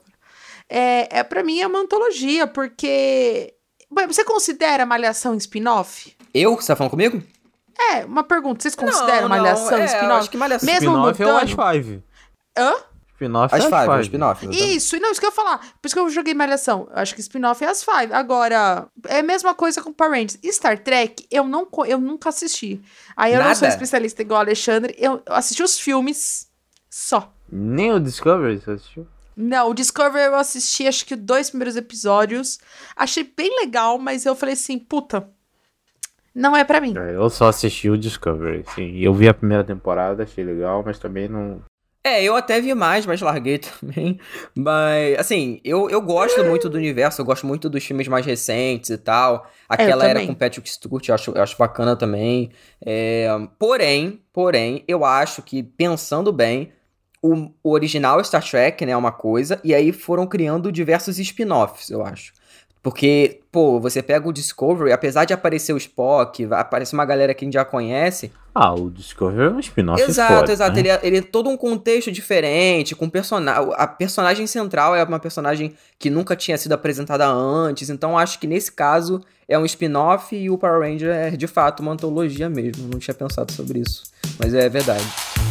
S1: Pra mim é uma antologia, porque... Você considera Malhação spin-off?
S3: Eu? Você tá falando comigo?
S1: Uma pergunta. Vocês consideram Malhação spin-off?
S3: Eu acho que Malhação
S2: spin-off é o As Five.
S1: Hã?
S2: Spin-off
S3: As
S2: é
S3: Five, spin-off.
S1: Isso que eu ia falar. Por isso que eu joguei Malhação. Eu acho que spin-off é As Five. Agora, é a mesma coisa com Power Rangers. Star Trek, eu nunca assisti. Aí eu não sou especialista igual o Alexandre. Eu assisti os filmes só.
S2: Nem o Discovery você assistiu?
S1: Não, o Discovery eu assisti acho que 2 primeiros episódios. Achei bem legal, mas eu falei assim, puta, não é pra mim.
S2: Eu só assisti o Discovery, sim. Eu vi a primeira temporada, achei legal, mas também não...
S3: Eu até vi mais, mas larguei também. Mas, assim, eu gosto muito do universo, eu gosto muito dos filmes mais recentes e tal. Aquela era com Patrick Stewart, eu acho bacana também. Porém, eu acho que, pensando bem, o original Star Trek, né, é uma coisa, e aí foram criando diversos spin-offs, eu acho. Porque, você pega o Discovery, apesar de aparecer o Spock, aparece uma galera que a gente já conhece...
S2: o Discovery é um spin-off.
S3: Exato.
S2: Né?
S3: Ele é todo um contexto diferente, com a personagem central é uma personagem que nunca tinha sido apresentada antes, então acho que nesse caso é um spin-off e o Power Ranger é de fato uma antologia mesmo. Não tinha pensado sobre isso, mas é verdade.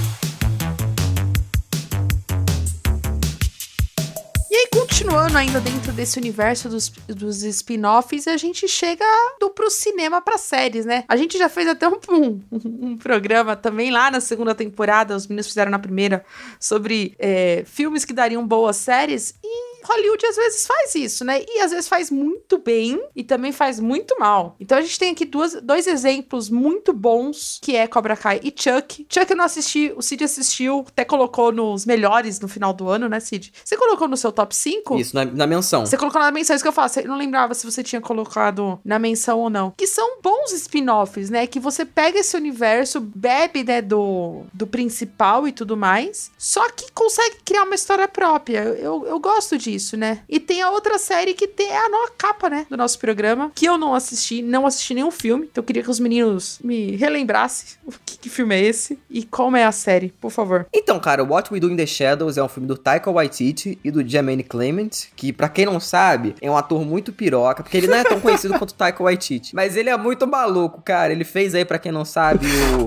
S1: Continuando ainda dentro desse universo dos spin-offs, a gente chega pro cinema, pra séries, né? A gente já fez até um programa também lá na segunda temporada, os meninos fizeram na primeira, sobre filmes que dariam boas séries, e Hollywood às vezes faz isso, né? E às vezes faz muito bem e também faz muito mal. Então a gente tem aqui dois exemplos muito bons, que é Cobra Kai e Chuck. Chuck eu não assisti, o Cid assistiu, até colocou nos melhores no final do ano, né, Cid? Você colocou no seu top 5?
S3: Isso, na menção.
S1: Você colocou na menção, isso que eu faço. Eu não lembrava se você tinha colocado na menção ou não. Que são bons spin-offs, né? Que você pega esse universo, bebe, né, do principal e tudo mais, só que consegue criar uma história própria. Eu gosto disso, né? E tem a outra série que tem a nova capa, né, do nosso programa, que eu não assisti nenhum filme, então eu queria que os meninos me relembrassem o que filme é esse e como é a série, por favor.
S3: Então, cara, What We Do in the Shadows é um filme do Taika Waititi e do Jermaine Clement, que, pra quem não sabe, é um ator muito piroca, porque ele não é tão conhecido quanto o Taika Waititi, mas ele é muito maluco, cara. Ele fez aí, pra quem não sabe,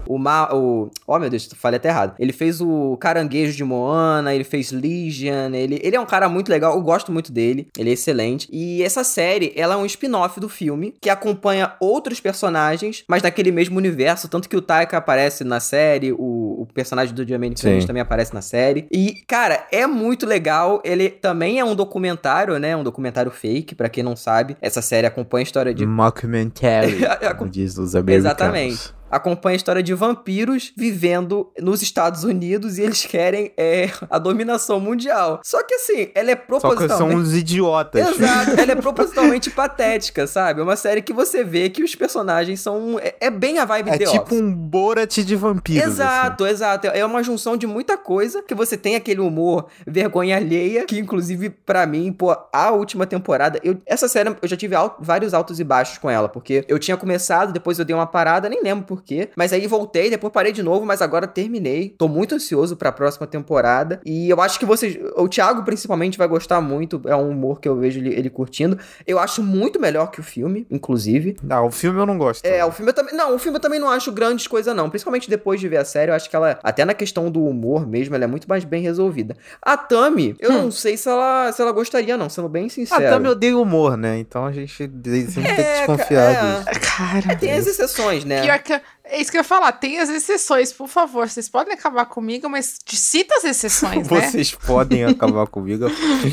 S3: oh, meu Deus, falei até errado. Ele fez o Caranguejo de Moana, ele fez Legion, ele é um cara muito legal, eu gosto muito dele, ele é excelente. E essa série, ela é um spin-off do filme, que acompanha outros personagens, mas naquele mesmo universo, tanto que o Taika aparece na série, o personagem do Jermaine Clement também aparece na série. E, cara, é muito legal, ele também é um documentário, né, um documentário fake, pra quem não sabe. Essa série acompanha a história de...
S2: Mockumentary, como diz os americanos.
S3: Exatamente. Acompanha a história de vampiros vivendo nos Estados Unidos e eles querem a dominação mundial. Só que assim, ela é propositalmente...
S2: Só que são uns idiotas.
S3: Exato, ela é propositalmente patética, sabe? É uma série que você vê que os personagens são... É bem a vibe The Office.
S2: É tipo um Borat de vampiros.
S3: Exato, assim. Exato. É uma junção de muita coisa, que você tem aquele humor vergonha alheia, que inclusive pra mim, pô, a última temporada... Essa série eu já tive vários altos e baixos com ela, porque eu tinha começado, depois eu dei uma parada, nem lembro por quê, mas aí voltei, depois parei de novo, mas agora terminei. Tô muito ansioso pra próxima temporada, e eu acho que o Thiago principalmente vai gostar muito, é um humor que eu vejo ele curtindo. Eu acho muito melhor que o filme, inclusive.
S2: Não, o filme eu não gosto.
S3: O filme eu também não acho grandes coisas não, principalmente depois de ver a série, eu acho que ela, até na questão do humor mesmo, ela é muito mais bem resolvida. A Tami, eu não sei se ela gostaria não, sendo bem sincero.
S2: A Tami odeia humor, né, então a gente sempre tem que desconfiar disso.
S1: Cara,
S3: tem as exceções, né?
S1: Pior que... É isso que eu ia falar, tem as exceções, por favor, vocês podem acabar comigo, mas cita as exceções, né?
S2: Vocês podem acabar comigo.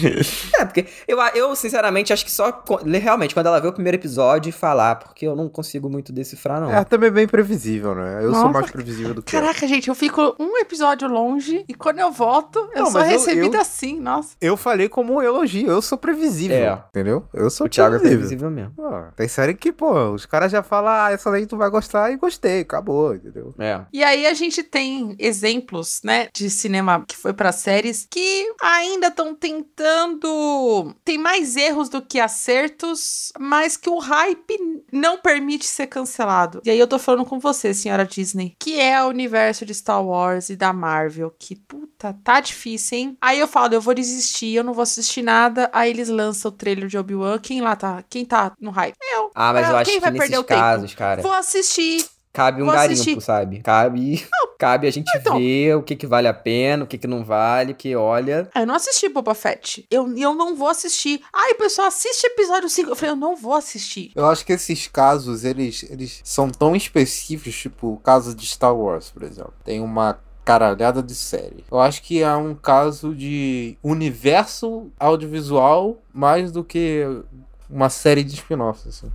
S3: Porque eu sinceramente acho que só realmente quando ela vê o primeiro episódio e falar, porque eu não consigo muito decifrar, não.
S2: Também é bem previsível, né? Eu sou mais previsível do que
S1: Caraca, gente, eu fico um episódio longe e quando eu volto, eu sou recebida assim, nossa.
S2: Eu falei como um elogio, eu sou previsível, entendeu? Eu sou
S3: o Thiago é previsível mesmo.
S2: Tem série que, os caras já falam, essa daí tu vai gostar e gostei. Acabou, entendeu?
S1: E aí a gente tem exemplos, né, de cinema que foi pra séries que ainda estão tentando... Tem mais erros do que acertos, mas que o hype não permite ser cancelado. E aí eu tô falando com você, senhora Disney, que é o universo de Star Wars e da Marvel, que, puta, tá difícil, hein? Aí eu falo, eu vou desistir, eu não vou assistir nada, aí eles lançam o trailer de Obi-Wan, quem tá no hype? Eu.
S3: Mas eu acho que nesses casos, cara...
S1: Vou assistir.
S3: Cabe um garimpo, sabe? Cabe a gente ver o que vale a pena, o que não vale, que olha...
S1: Eu não assisti Boba Fett. Eu não vou assistir. O pessoal assiste episódio 5. Eu falei, eu não vou assistir.
S2: Eu acho que esses casos, eles são tão específicos, tipo o caso de Star Wars, por exemplo. Tem uma caralhada de série. Eu acho que é um caso de universo audiovisual mais do que uma série de spin-offs, assim.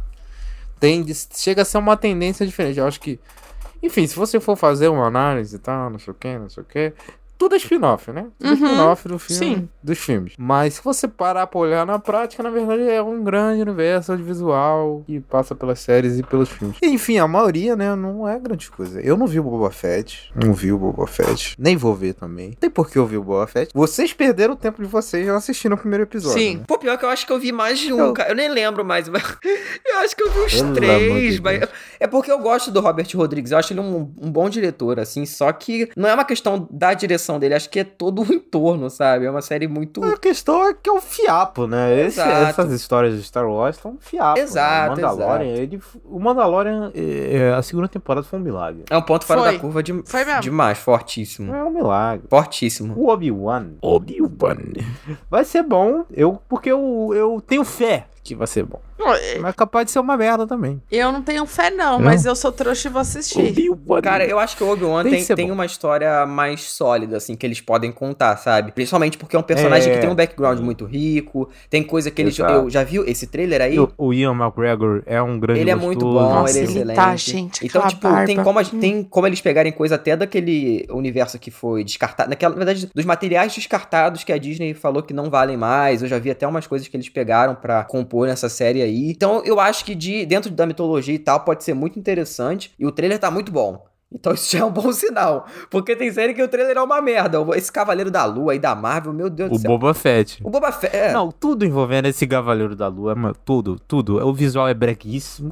S2: Chega a ser uma tendência diferente. Eu acho que, enfim, se você for fazer uma análise e tal, não sei o que, tudo é spin-off, né? Tudo é spin-off do filme, dos filmes. Mas se você parar pra olhar na prática, na verdade é um grande universo audiovisual que passa pelas séries e pelos filmes. E, enfim, a maioria, né, não é grande coisa. Eu não vi o Boba Fett. Nem vou ver também. Não tem por que eu ver o Boba Fett. Vocês perderam o tempo de vocês assistindo o primeiro episódio.
S3: Sim. Né? Pô, pior que eu acho que eu vi mais de um, cara. Eu nem lembro mais, mas eu acho que eu vi uns 3. Mas... É porque eu gosto do Robert Rodrigues. Eu acho ele um bom diretor, assim. Só que não é uma questão da direção dele, acho que é todo o entorno, sabe? É uma série muito...
S2: A questão é que é um fiapo, né? Essas histórias de Star Wars são um fiapo.
S3: Exato,
S2: né? O Mandalorian, a segunda temporada foi um milagre.
S3: É um ponto fora da curva demais, fortíssimo.
S2: É um milagre.
S3: Fortíssimo.
S2: O Obi-Wan vai ser bom, porque eu tenho fé que vai ser bom. Mas é capaz de ser uma merda também.
S1: Eu não tenho fé, não, mas eu sou trouxa e vou assistir.
S3: Cara, eu acho que o Obi-Wan tem uma história mais sólida, assim, que eles podem contar, sabe? Principalmente porque é um personagem que tem um background muito rico, tem coisa que eles... Eu já viu esse trailer aí?
S2: O Ian McGregor é um grande
S3: Ele é muito bom,
S1: Nossa,
S3: ele é excelente.
S1: Tá, gente,
S3: então, tipo, tem como eles pegarem coisa até daquele universo que foi descartado, na verdade, dos materiais descartados que a Disney falou que não valem mais. Eu já vi até umas coisas que eles pegaram pra compor nessa série aí. Então, eu acho que dentro da mitologia e tal, pode ser muito interessante. E o trailer tá muito bom. Então isso já é um bom sinal. Porque tem série que o trailer é uma merda. Esse Cavaleiro da Lua aí da Marvel, meu Deus do céu.
S2: O Boba Fett.
S3: O Boba Fett.
S2: Não, tudo envolvendo esse Cavaleiro da Lua. Tudo. O visual é breguíssimo.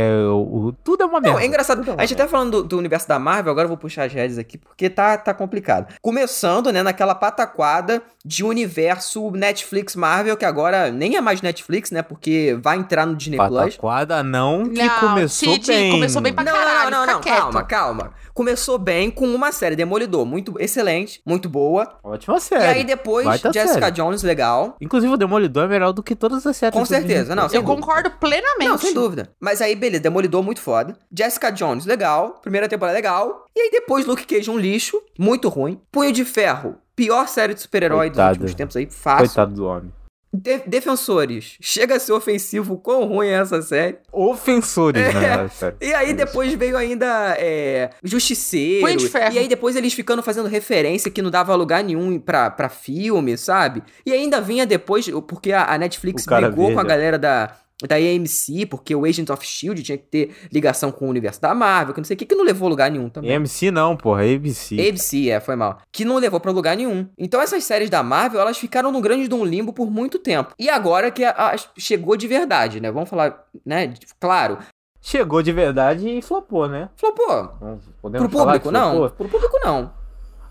S2: Tudo é uma merda.
S3: Não, é engraçado. A gente tá falando do universo da Marvel, agora eu vou puxar as rédeas aqui, porque tá complicado. Começando, né, naquela pataquada de universo Netflix Marvel, que agora nem é mais Netflix, né, porque vai entrar no Disney Plus.
S2: Pataquada não, que começou bem.
S1: Começou bem pra caralho.
S3: Não, calma. Começou bem com uma série Demolidor, muito excelente, muito boa.
S2: Ótima série.
S3: E aí depois, Jessica Jones, legal.
S2: Inclusive o Demolidor é melhor do que todas as séries.
S3: Com certeza, não, sem dúvida.
S1: Concordo plenamente.
S3: Não, sem dúvida. Mas aí, beleza, Demolidor muito foda. Jessica Jones, legal. Primeira temporada, legal. E aí depois Luke Cage, um lixo, muito ruim. Punho de Ferro, pior série de super-herói dos últimos tempos aí, fácil.
S2: Coitado do homem.
S3: Defensores, chega a ser ofensivo, quão ruim é essa série.
S2: Ofensores, né?
S3: E aí depois veio ainda Justiceiro.
S1: Punho de Ferro.
S3: E aí depois eles ficando fazendo referência que não dava lugar nenhum pra filme, sabe? E ainda vinha depois, porque a Netflix brigou com a galera da AMC, porque o Agents of S.H.I.E.L.D. tinha que ter ligação com o universo da Marvel, que não sei o que não levou a lugar nenhum também.
S2: AMC não, porra, ABC.
S3: ABC, foi mal. Que não levou pra lugar nenhum. Então essas séries da Marvel, elas ficaram num grande de um limbo por muito tempo. E agora que chegou de verdade, né? Vamos falar, né? Claro.
S2: Chegou de verdade e flopou, né?
S3: Flopou. Pro público, não. Pro público, não.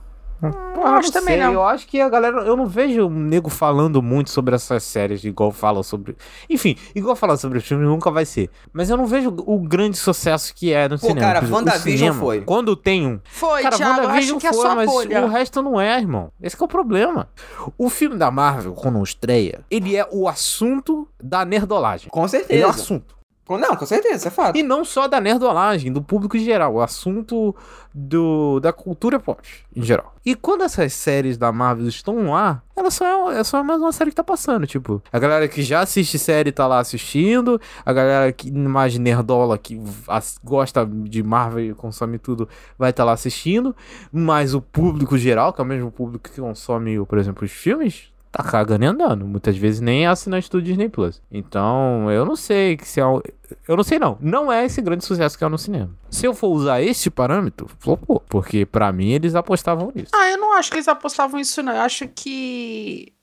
S1: Eu acho também não.
S2: Eu acho que a galera... Eu não vejo o nego falando muito sobre essas séries, igual fala sobre... Enfim, igual falar sobre o filme nunca vai ser. Mas eu não vejo o grande sucesso que é no cinema.
S3: Pô, cara, WandaVision foi.
S2: Quando tem um...
S1: Foi,
S2: cara,
S1: Thiago, eu acho que é só
S2: mas
S1: bolha.
S2: o resto não é, irmão. Esse que é o problema. O filme da Marvel, quando estreia, ele é o assunto da nerdolagem.
S3: Com certeza.
S2: Ele é o assunto.
S3: Não, com certeza, é fato.
S2: E não só da nerdolagem, do público em geral, o assunto da cultura pop em geral. E quando essas séries da Marvel estão lá, elas só é mais uma série que tá passando, tipo, a galera que já assiste série tá lá assistindo, a galera que mais nerdola, que gosta de Marvel e consome tudo, vai estar lá assistindo, mas o público geral, que é o mesmo público que consome, por exemplo, os filmes, tá cagando e andando. Muitas vezes nem é assinante do Disney Plus. Então, eu não sei se é... Eu não sei não. Não é esse grande sucesso que é no cinema. Se eu for usar esse parâmetro, flopou. Porque pra mim eles apostavam nisso.
S1: Eu não acho que eles apostavam nisso, não. Eu acho que...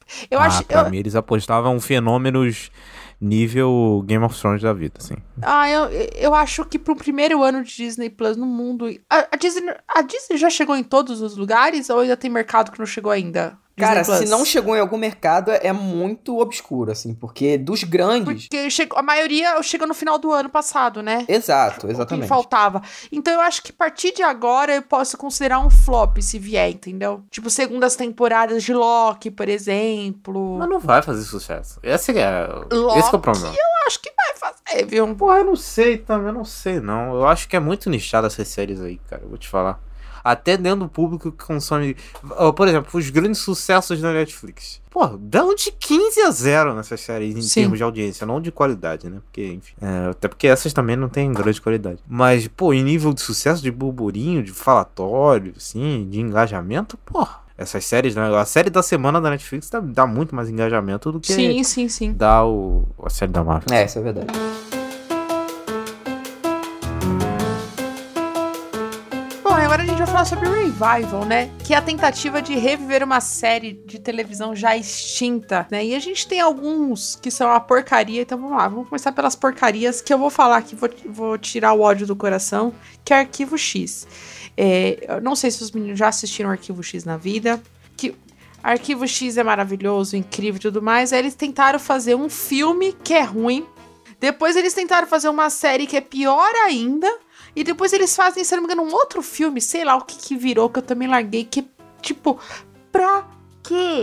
S2: Pra mim eles apostavam fenômenos nível Game of Thrones da vida, assim.
S1: Eu acho que pro primeiro ano de Disney Plus no mundo... A Disney já chegou em todos os lugares ou ainda tem mercado que não chegou ainda?
S3: Cara, se não chegou em algum mercado, é muito obscuro, assim, porque dos grandes...
S1: Porque a maioria chegou no final do ano passado, né?
S3: Exato, exatamente.
S1: O que faltava. Então eu acho que a partir de agora eu posso considerar um flop se vier, entendeu? Tipo, segundas temporadas de Loki, por exemplo.
S2: Mas não vai fazer sucesso. Esse é o problema.
S1: Eu acho que vai fazer, viu?
S2: Porra, eu não sei também, eu não sei não. Eu acho que é muito nichado essas séries aí, cara, eu vou te falar. Até dentro do público que consome... Por exemplo, os grandes sucessos da Netflix. Pô, dão de 15-0 nessas séries em termos de audiência, não de qualidade, né? Porque, enfim... até porque essas também não tem grande qualidade. Mas, pô, em nível de sucesso, de burburinho, de falatório, assim, de engajamento, pô... Essas séries, né? A série da semana da Netflix dá muito mais engajamento do que...
S1: Sim.
S2: Dá a série da Marvel.
S3: Isso é verdade.
S1: Agora a gente vai falar sobre o Revival, né? Que é a tentativa de reviver uma série de televisão já extinta, né? E a gente tem alguns que são uma porcaria, então vamos lá, vamos começar pelas porcarias que eu vou falar aqui, vou tirar o ódio do coração, que é Arquivo X. Eu não sei se os meninos já assistiram Arquivo X na vida, que Arquivo X é maravilhoso, incrível e tudo mais, aí eles tentaram fazer um filme que é ruim, depois eles tentaram fazer uma série que é pior ainda, e depois eles fazem, se não me engano, um outro filme, sei lá o que virou, que eu também larguei, que tipo, pra quê?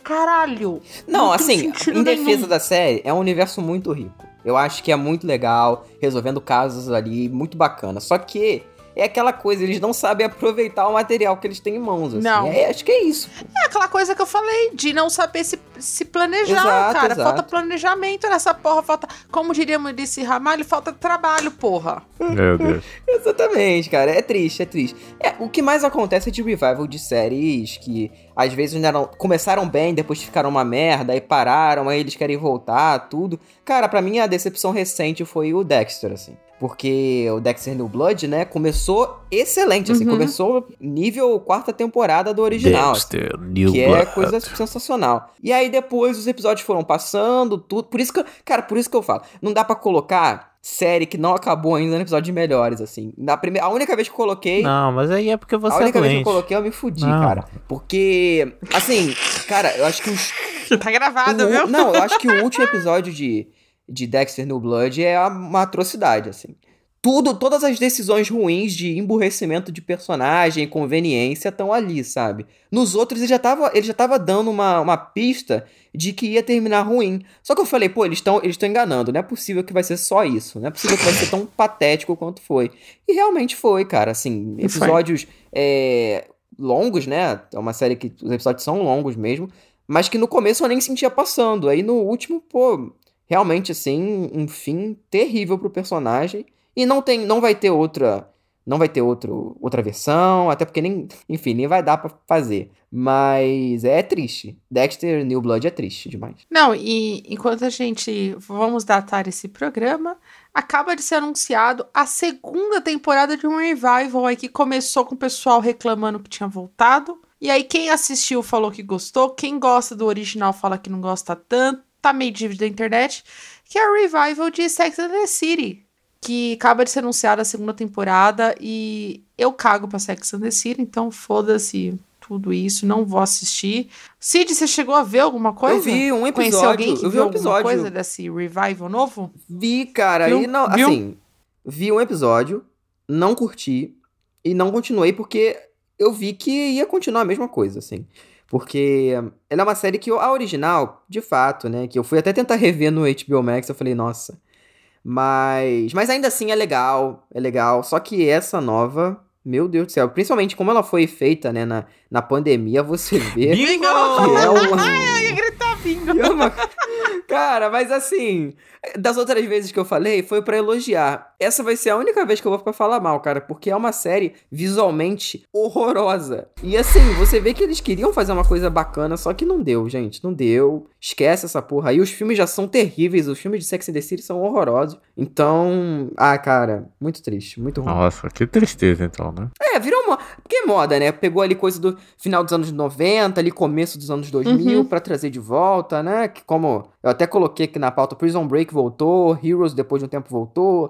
S1: caralho.
S3: Não,
S1: tem
S3: assim,
S1: sentido
S3: em defesa
S1: nenhum.
S3: da série, é um universo muito rico. Eu acho que é muito legal, resolvendo casos ali, muito bacana. Só que é aquela coisa, eles não sabem aproveitar o material que eles têm em mãos, assim.
S1: Não.
S3: Acho que é isso. Pô.
S1: É aquela coisa que eu falei, de não saber se planejar,
S3: Exato,
S1: cara.
S3: exato.
S1: Falta planejamento nessa porra, falta, como diria Muricy Ramalho, falta trabalho, porra.
S2: Meu Deus.
S3: Exatamente, cara. É triste, é triste. O que mais acontece é de revival de séries que às vezes começaram bem, depois ficaram uma merda, aí pararam, aí eles querem voltar, tudo. Cara, pra mim a decepção recente foi o Dexter, assim. Porque o Dexter New Blood, né, começou excelente, assim. Começou nível 4ª temporada do original.
S2: Dexter
S3: assim,
S2: New
S3: que
S2: Blood.
S3: é coisa sensacional. E aí depois os episódios foram passando, tudo. Por isso que eu falo. Não dá pra colocar série que não acabou ainda no episódio de melhores, assim. A única vez que eu coloquei...
S2: Não, mas aí é porque você
S3: A única
S2: é
S3: vez que
S2: doente.
S3: eu coloquei, eu me fudi,
S2: Não.
S3: cara. Porque, assim, cara, eu acho que os...
S1: Tá gravado, viu?
S3: Não, eu acho que o último episódio de Dexter New Blood é uma atrocidade, assim. Todas as decisões ruins de emburrecimento de personagem, conveniência, estão ali, sabe? Nos outros, ele já tava dando uma pista de que ia terminar ruim. Só que eu falei, pô, eles estão enganando. Não é possível que vai ser só isso. Não é possível que vai ser tão patético quanto foi. E realmente foi, cara. Assim, episódios longos, né? É uma série que os episódios são longos mesmo. Mas que no começo eu nem sentia passando. Aí no último, pô, realmente, assim, um fim terrível pro personagem. E não vai ter outra versão, até porque nem vai dar pra fazer. Mas é triste. Dexter New Blood é triste demais.
S1: Não, e enquanto a gente vamos datar esse programa, acaba de ser anunciado a 2ª temporada de um revival aí que começou com o pessoal reclamando que tinha voltado. E aí quem assistiu falou que gostou, quem gosta do original fala que não gosta tanto, tá meio dividido da internet, que é o revival de Sex and the City, que acaba de ser anunciada a 2ª temporada e eu cago pra Sex and the City, então foda-se tudo isso, não vou assistir. Cid, você chegou a ver alguma coisa?
S3: Eu vi um
S1: Conheceu
S3: episódio.
S1: alguém que
S3: Eu vi
S1: viu
S3: um
S1: alguma
S3: episódio.
S1: coisa desse revival novo?
S3: Vi, cara.
S1: Viu?
S3: E não,
S1: Viu?
S3: assim, vi um episódio, não curti e não continuei porque eu vi que ia continuar a mesma coisa, assim. Porque ela é uma série que a original, de fato, né, que eu fui até tentar rever no HBO Max, eu falei, nossa. Mas ainda assim é legal. Só que essa nova, meu Deus do céu, principalmente como ela foi feita, né, na pandemia, você vê
S2: Bingo!
S3: que é uma...
S1: Ai, eu ia gritar bingo.
S3: é uma... Cara, mas assim, das outras vezes que eu falei, foi pra elogiar. Essa vai ser a única vez que eu vou ficar falar mal, cara, porque é uma série visualmente horrorosa. E assim, você vê que eles queriam fazer uma coisa bacana, só que não deu, gente, não deu. Esquece essa porra aí, os filmes já são terríveis, os filmes de Sex and the City são horrorosos. Então, cara, muito triste, muito ruim.
S2: Nossa, que tristeza então, né?
S3: Virou moda. Porque é moda, né? Pegou ali coisa do final dos anos 90, ali começo dos anos 2000, pra trazer de volta, né? Que como eu até coloquei aqui na pauta, Prison Break voltou, Heroes depois de um tempo voltou,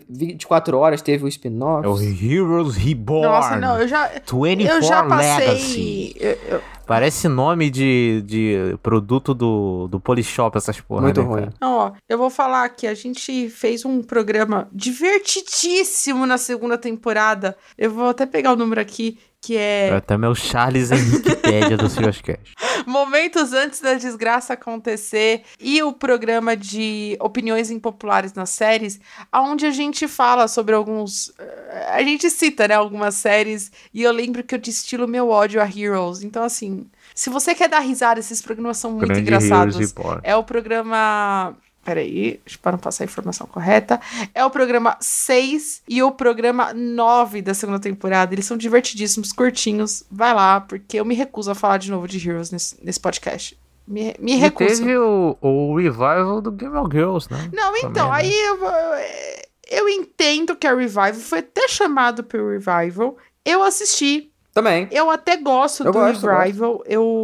S3: 24 horas teve o spin-off.
S2: É o Heroes Reborn.
S1: Nossa, não, eu já
S2: 24
S1: passei...
S2: Legacy. Parece nome de produto do Polishop, essas porra,
S3: Muito
S2: né,
S3: ruim.
S2: cara?
S1: Não, ó, eu vou falar que a gente fez um programa divertidíssimo na 2ª temporada. Eu vou até pegar o número aqui, que é...
S2: Até meu Charles Henriquepédia do Serioscast.
S1: Momentos antes da desgraça acontecer, e o programa de opiniões impopulares nas séries, onde a gente fala sobre alguns... A gente cita, né, algumas séries, e eu lembro que eu destilo meu ódio a Heroes. Então, assim, se você quer dar risada, esses programas são muito
S2: Grande
S1: engraçados.
S2: Heroes Reborn.
S1: É o programa... Peraí, para não passar a informação correta. É o programa 6 e o programa 9 da 2ª temporada. Eles são divertidíssimos, curtinhos. Vai lá, porque eu me recuso a falar de novo de Heroes nesse podcast. Me
S2: E
S1: recuso.
S2: teve o revival do Game of Girls, né?
S1: Não, então,
S2: Também, né?
S1: aí eu entendo que a Revival foi até chamado pro Revival. Eu assisti.
S3: Também.
S1: Eu até gosto
S3: Eu
S1: do
S3: gosto,
S1: Revival.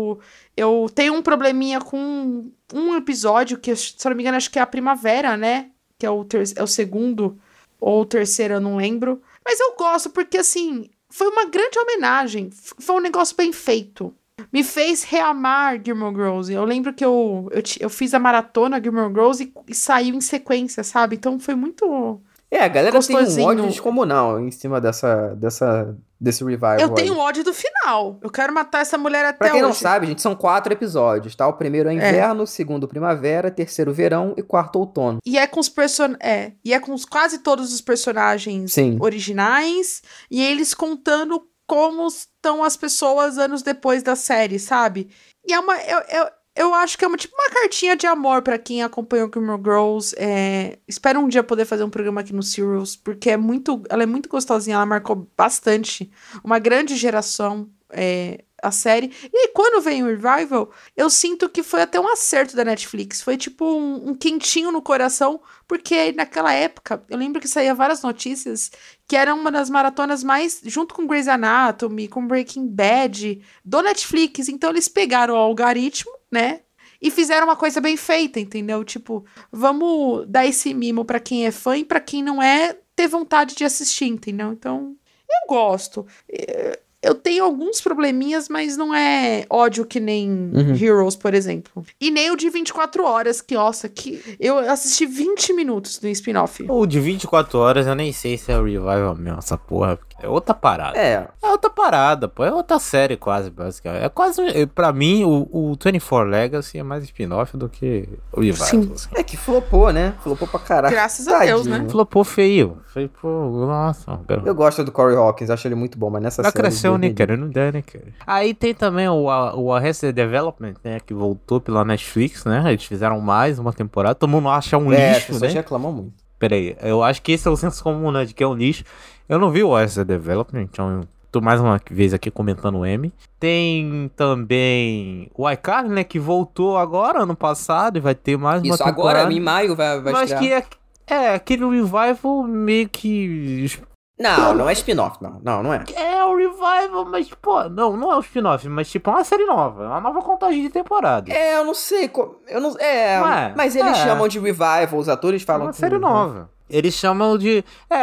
S1: Eu tenho um probleminha com um episódio que, se eu não me engano, acho que é a Primavera, né? Que é o 2º ou o 3º, eu não lembro. Mas eu gosto porque, assim, foi uma grande homenagem. Foi um negócio bem feito. Me fez reamar Gilmore Girls. Eu lembro que eu fiz a maratona Gilmore Girls e saiu em sequência, sabe? Então foi muito...
S3: A galera tem um
S1: Gostosinho.
S3: ódio descomunal em cima dessa desse revival.
S1: Eu tenho
S3: aí.
S1: ódio do final. Eu quero matar essa mulher até
S3: Pra quem
S1: hoje.
S3: não sabe, gente, são 4 episódios, tá? O primeiro é inverno, o segundo primavera, terceiro verão e quarto outono.
S1: E é com os quase todos os personagens
S3: Sim.
S1: originais. E eles contando como estão as pessoas anos depois da série, sabe? E é uma... Eu acho que é tipo uma cartinha de amor pra quem acompanhou Gilmore Girls. Espero um dia poder fazer um programa aqui no Serials, porque ela é muito gostosinha, ela marcou bastante uma grande geração, a série. E aí, quando vem o revival, eu sinto que foi até um acerto da Netflix. Foi tipo um quentinho no coração, porque naquela época, eu lembro que saía várias notícias que era uma das maratonas mais, junto com Grey's Anatomy, com Breaking Bad, do Netflix. Então eles pegaram o algoritmo, né? E fizeram uma coisa bem feita, entendeu? Tipo, vamos dar esse mimo pra quem é fã e pra quem não é, ter vontade de assistir, entendeu? Então, eu gosto. Eu tenho alguns probleminhas, mas não é ódio que nem Heroes, por exemplo. E nem o de 24 horas, que, nossa, que eu assisti 20 minutos do spin-off.
S2: O de 24 horas eu nem sei se é revival mesmo, essa porra. É outra parada.
S3: É
S2: outra parada, pô. É outra série quase, basicamente. É quase, pra mim, o 24 Legacy é mais spin-off do que o revival.
S1: Sim.
S2: Assim.
S3: É que flopou, né? Flopou pra caralho.
S1: Graças a Deus,
S3: Tadinho.
S1: né?
S2: Flopou feio. Foi, pô, nossa.
S3: Eu gosto do Corey Hawkins, acho ele muito bom, mas nessa
S2: Não
S3: série...
S2: cresceu, né, cara? Não dá, né, cara? Aí tem também o Arrested Development, né? Que voltou pela Netflix, né? Eles fizeram mais uma temporada. Todo mundo acha um
S3: as
S2: lixo,
S3: pessoas
S2: né?
S3: reclamam muito.
S2: Peraí, eu acho que esse é o senso comum, né? De que é um lixo. Eu não vi o Arrested Development, então eu tô mais uma vez aqui comentando o M. Tem também o iCarly, né? Que voltou agora, ano passado, e vai ter mais uma
S3: Isso,
S2: temporada.
S3: agora, em maio, vai
S2: Mas
S3: estrear.
S2: que aquele revival meio que...
S3: Não é spin-off, não é.
S2: É o revival, mas, pô, não é o spin-off, mas, tipo, é uma série nova, é uma nova contagem de temporada.
S3: Eu não sei, mas eles chamam de revival, os atores
S2: É
S3: falam...
S2: uma série nova. Eles chamam de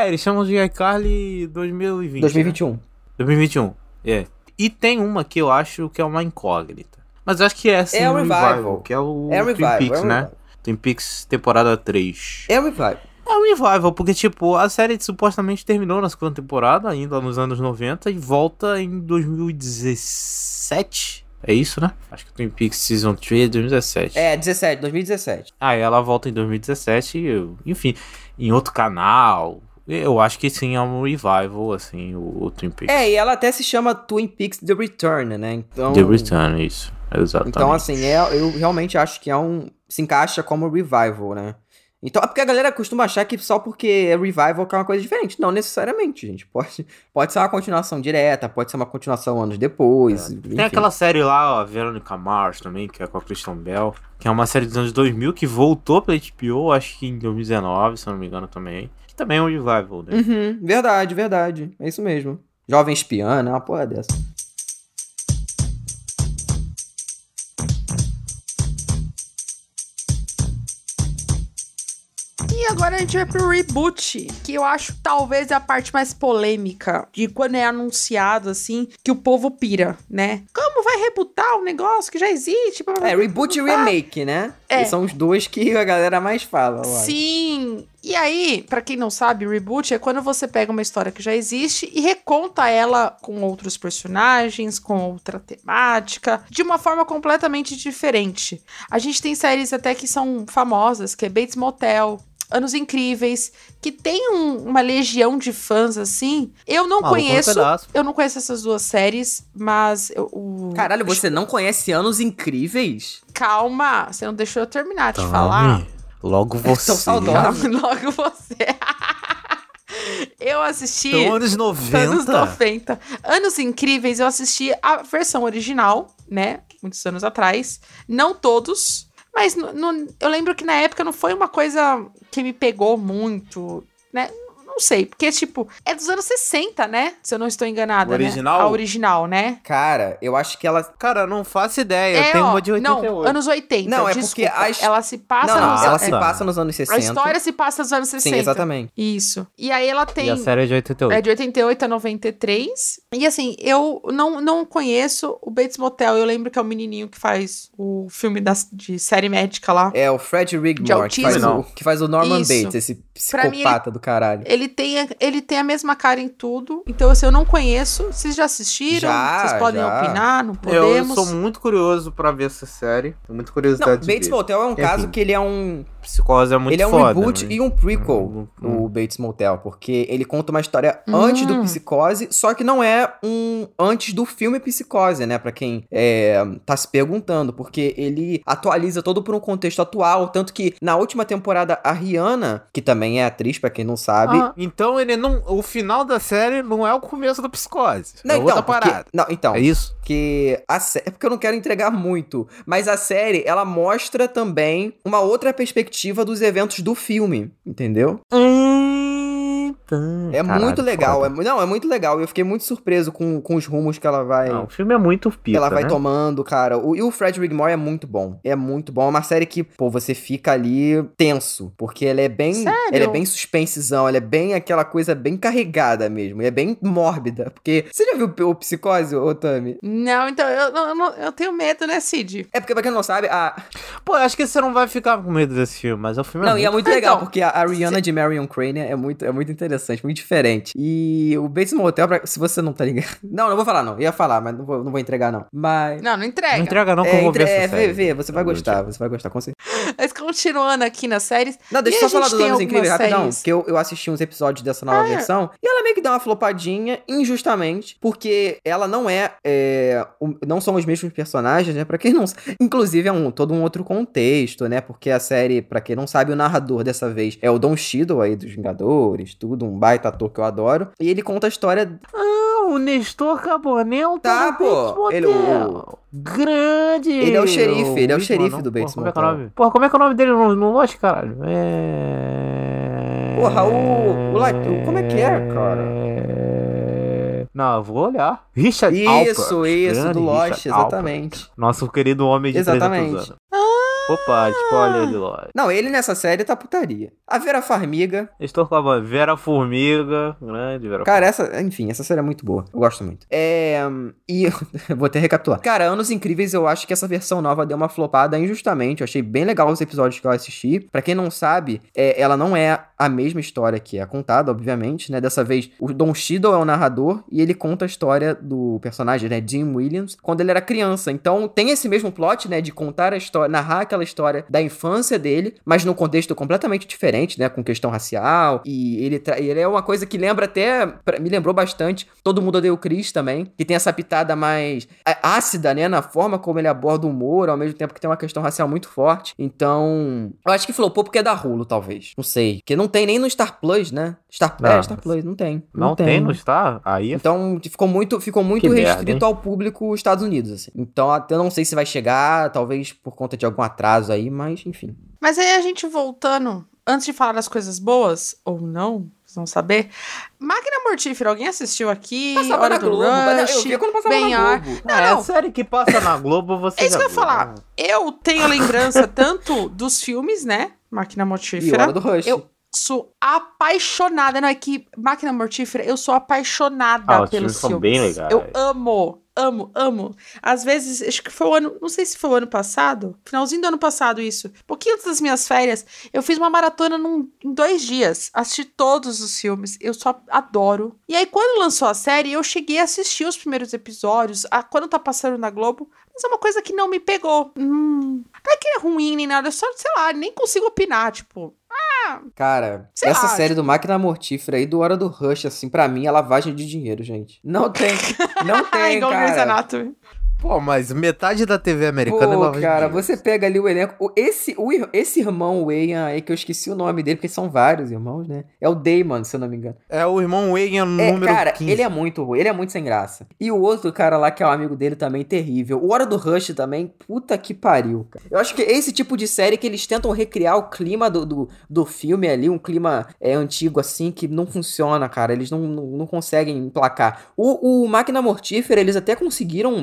S2: iCarly 2020.
S3: 2021.
S2: 2021, E tem uma que eu acho que é uma incógnita. Mas eu acho que é sim
S3: É o
S2: um
S3: revival.
S2: que é o
S3: É o
S2: Twin
S3: revival,
S2: Peaks,
S3: é o
S2: né?
S3: revival.
S2: Twin Peaks temporada 3.
S3: É o revival.
S2: É um revival, porque, tipo, a série supostamente terminou na segunda temporada, ainda nos anos 90, e volta em 2017. É isso, né? Acho que Twin Peaks Season 3 é 2017.
S3: 2017.
S2: Aí ela volta em 2017, enfim, em outro canal. Eu acho que sim, é um revival, assim, o Twin Peaks.
S3: E ela até se chama Twin Peaks The Return, né? Então...
S2: The Return, isso. Exatamente.
S3: Então, assim, eu realmente acho que se encaixa como revival, né? Então, é porque a galera costuma achar que só porque é revival que é uma coisa diferente. Não necessariamente, gente. Pode ser uma continuação direta, pode ser uma continuação anos depois. Enfim.
S2: Tem aquela série lá, ó, Veronica Mars também, que é com a Kristen Bell, que é uma série dos anos 2000 que voltou pra HBO, acho que em 2019, se eu não me engano também. Que também é um revival, né?
S3: Verdade. É isso mesmo. Jovem espiã, né? Uma porra dessa.
S1: E agora a gente vai pro reboot, que eu acho talvez a parte mais polêmica de quando é anunciado, assim, que o povo pira, né? Como vai rebootar um negócio que já existe?
S3: Reboot e remake, né? E são os dois que a galera mais fala.
S1: Sim! E aí, pra quem não sabe, reboot é quando você pega uma história que já existe e reconta ela com outros personagens, com outra temática, de uma forma completamente diferente. A gente tem séries até que são famosas, que é Bates Motel, Anos Incríveis, que tem uma legião de fãs, assim. Eu não conheço essas duas séries, mas...
S3: Caralho, você não conhece Anos Incríveis?
S1: Calma, você não deixou eu terminar de falar.
S2: Logo você.
S3: Tão saudosa.
S1: Logo você. Eu assisti...
S2: Então, anos 90.
S1: Anos 90. Anos Incríveis, eu assisti a versão original, né? Muitos anos atrás. Não todos... Mas eu lembro que na época não foi uma coisa que me pegou muito, né? Não sei, porque, tipo, é dos anos 60, né? Se eu não estou enganada,
S2: o original?
S1: Né? A original, né?
S3: Cara, eu acho que ela...
S2: Cara, não faço ideia. Tem uma de 88.
S1: Não, anos 80.
S3: Não, é
S1: desculpa.
S3: porque
S1: ela se passa
S3: ela se passa nos anos 60.
S1: A história se passa nos anos 60.
S3: Sim, exatamente.
S1: Isso. E aí ela tem...
S2: E a série é de 88.
S1: É de 88 a 93. E assim, eu não conheço o Bates Motel. Eu lembro que é o menininho que faz o filme de série médica lá.
S3: É o Fred Rigmore, que faz o Norman Bates, esse psicopata do caralho.
S1: Ele ele tem a mesma cara em tudo. Então, assim, eu não conheço. Vocês já assistiram? Vocês podem opinar? Não podemos?
S2: Eu sou muito curioso pra ver essa série. Tenho muita curiosidade de ver.
S3: Bates Motel é um caso que ele é um...
S2: Psicose é muito foda.
S3: Ele é um reboot e um prequel, o Bates Motel. Porque ele conta uma história antes do Psicose, só que não é um antes do filme Psicose, né? Pra quem tá se perguntando. Porque ele atualiza todo por um contexto atual. Tanto que na última temporada, a Rihanna, que também é atriz, pra quem não sabe...
S2: Então ele não... O final da série não é o começo do Psicose.
S3: Não,
S2: é outra parada.
S3: Então,
S2: é isso?
S3: Que é porque eu não quero entregar muito, mas a série, ela mostra também uma outra perspectiva dos eventos do filme, entendeu? É muito legal. É muito legal. Eu fiquei muito surpreso com os rumos que ela vai...
S2: o filme é muito pica,
S3: ela vai tomando, cara. E o Fred Rigmore é muito bom. É muito bom. É uma série que, pô, você fica ali tenso. Porque ela é bem...
S1: Sério?
S3: Ela é bem suspensezão. Ela é bem aquela coisa bem carregada mesmo. E é bem mórbida. Porque... Você já viu o Psicose, ô Tami?
S1: Não, então, eu tenho medo, né, Cid?
S3: É porque, pra quem não sabe,
S2: Pô, eu acho que você não vai ficar com medo desse filme, mas o filme
S3: e é muito legal, porque a Rihanna de Marion Crane é muito interessante, muito diferente. E o Bates Motel, se você não tá ligado... Não vou falar não. Ia falar, mas não vou entregar não. Mas...
S1: Não entrega.
S2: Não entrega não, que eu vou ver essa série.
S3: Vê, você vai gostar, com certeza.
S1: Mas continuando aqui nas séries...
S3: Não, deixa eu só falar dos Anos Incríveis, rapidão.
S1: Séries...
S3: Que eu assisti uns episódios dessa nova versão, e ela meio que dá uma flopadinha, injustamente, porque ela não não são os mesmos personagens, né? Pra quem não... Inclusive, é todo um outro contexto, né? Porque a série, pra quem não sabe, o narrador dessa vez é o Don Cheadle aí dos Vingadores, tudo, um baita ator que eu adoro. E ele conta a história...
S2: o Nestor Cabonel
S3: tá pô. Ele
S2: grande!
S3: Ele é o xerife, do Bates Motel.
S2: Porra, como é que é o nome dele no Lost, caralho?
S3: Porra, como é que é, cara?
S2: Não, eu vou olhar. Richard Alpert.
S3: Isso, do Lost, exatamente.
S2: Alpert. Nosso querido homem de 300 anos. Opa, spoiler de Lost.
S3: Não, ele nessa série tá putaria. A Vera Farmiga.
S2: Estou com a Vera Formiga. Grande Vera
S3: Cara, essa série é muito boa. Eu gosto muito. E vou até recapitular. Cara, Anos Incríveis, eu acho que essa versão nova deu uma flopada injustamente. Eu achei bem legal os episódios que eu assisti. Pra quem não sabe, ela não é a mesma história que é contada, obviamente, né? Dessa vez, o Don Cheadle é o narrador e ele conta a história do personagem, né? Jim Williams, quando ele era criança. Então, tem esse mesmo plot, né? De contar a história, narrar aquela história da infância dele, mas num contexto completamente diferente, né? Com questão racial. E ele é uma coisa que lembra até... Me lembrou bastante Todo Mundo Odeia o Chris também, que tem essa pitada mais ácida, né? Na forma como ele aborda o humor, ao mesmo tempo que tem uma questão racial muito forte. Então, eu acho que flopou porque é da Hulu, talvez. Não sei. Porque não tem nem no Star Plus, né? Star Plus, não tem.
S2: Não tem no Star? Aí...
S3: Então, ficou muito restrito ao público Estados Unidos, assim. Então, até não sei se vai chegar, talvez por conta de algum atraso aí, mas enfim.
S1: Mas aí a gente voltando, antes de falar das coisas boas, ou não, vocês vão saber. Máquina Mortífera, alguém assistiu aqui?
S3: Passava na Globo, eu via quando passava na Globo.
S2: Não. É série que passa na Globo, você
S1: é isso que eu ia falar. Eu tenho lembrança tanto dos filmes, né? Máquina Mortífera.
S3: E Hora do Rush.
S1: Eu sou apaixonada, não é que Máquina Mortífera, eu sou apaixonada pelos filmes.
S2: São bem legais.
S1: Eu amo. Às vezes, acho que foi o ano, não sei se foi o ano passado, finalzinho do ano passado isso. Pouquinho antes das minhas férias, eu fiz uma maratona em 2 dias. Assisti todos os filmes, eu só adoro. E aí, quando lançou a série, eu cheguei a assistir os primeiros episódios, quando tá passando na Globo, mas é uma coisa que não me pegou. Não é que é ruim nem nada, eu só, sei lá, nem consigo opinar, tipo...
S3: Cara, essa série do Máquina Mortífera aí, do Hora do Rush, assim, pra mim é lavagem de dinheiro, gente. Não tem,
S1: igual Grey's Anatomy.
S2: Pô, mas metade da TV americana é lavagem de dinheiro.
S3: Você pega ali o elenco, esse irmão Wayne aí, que eu esqueci o nome dele, porque são vários irmãos, né? É o Damon, se eu não me engano.
S2: É o irmão Wayne número 15.
S3: Ele é muito ruim, ele é muito sem graça. E o outro cara lá, que é o amigo dele também, terrível. O Hora do Rush também, puta que pariu, cara. Eu acho que esse tipo de série que eles tentam recriar o clima do filme ali, um clima antigo assim, que não funciona, cara. Eles não conseguem emplacar. O Máquina Mortífera, eles até conseguiram fazer as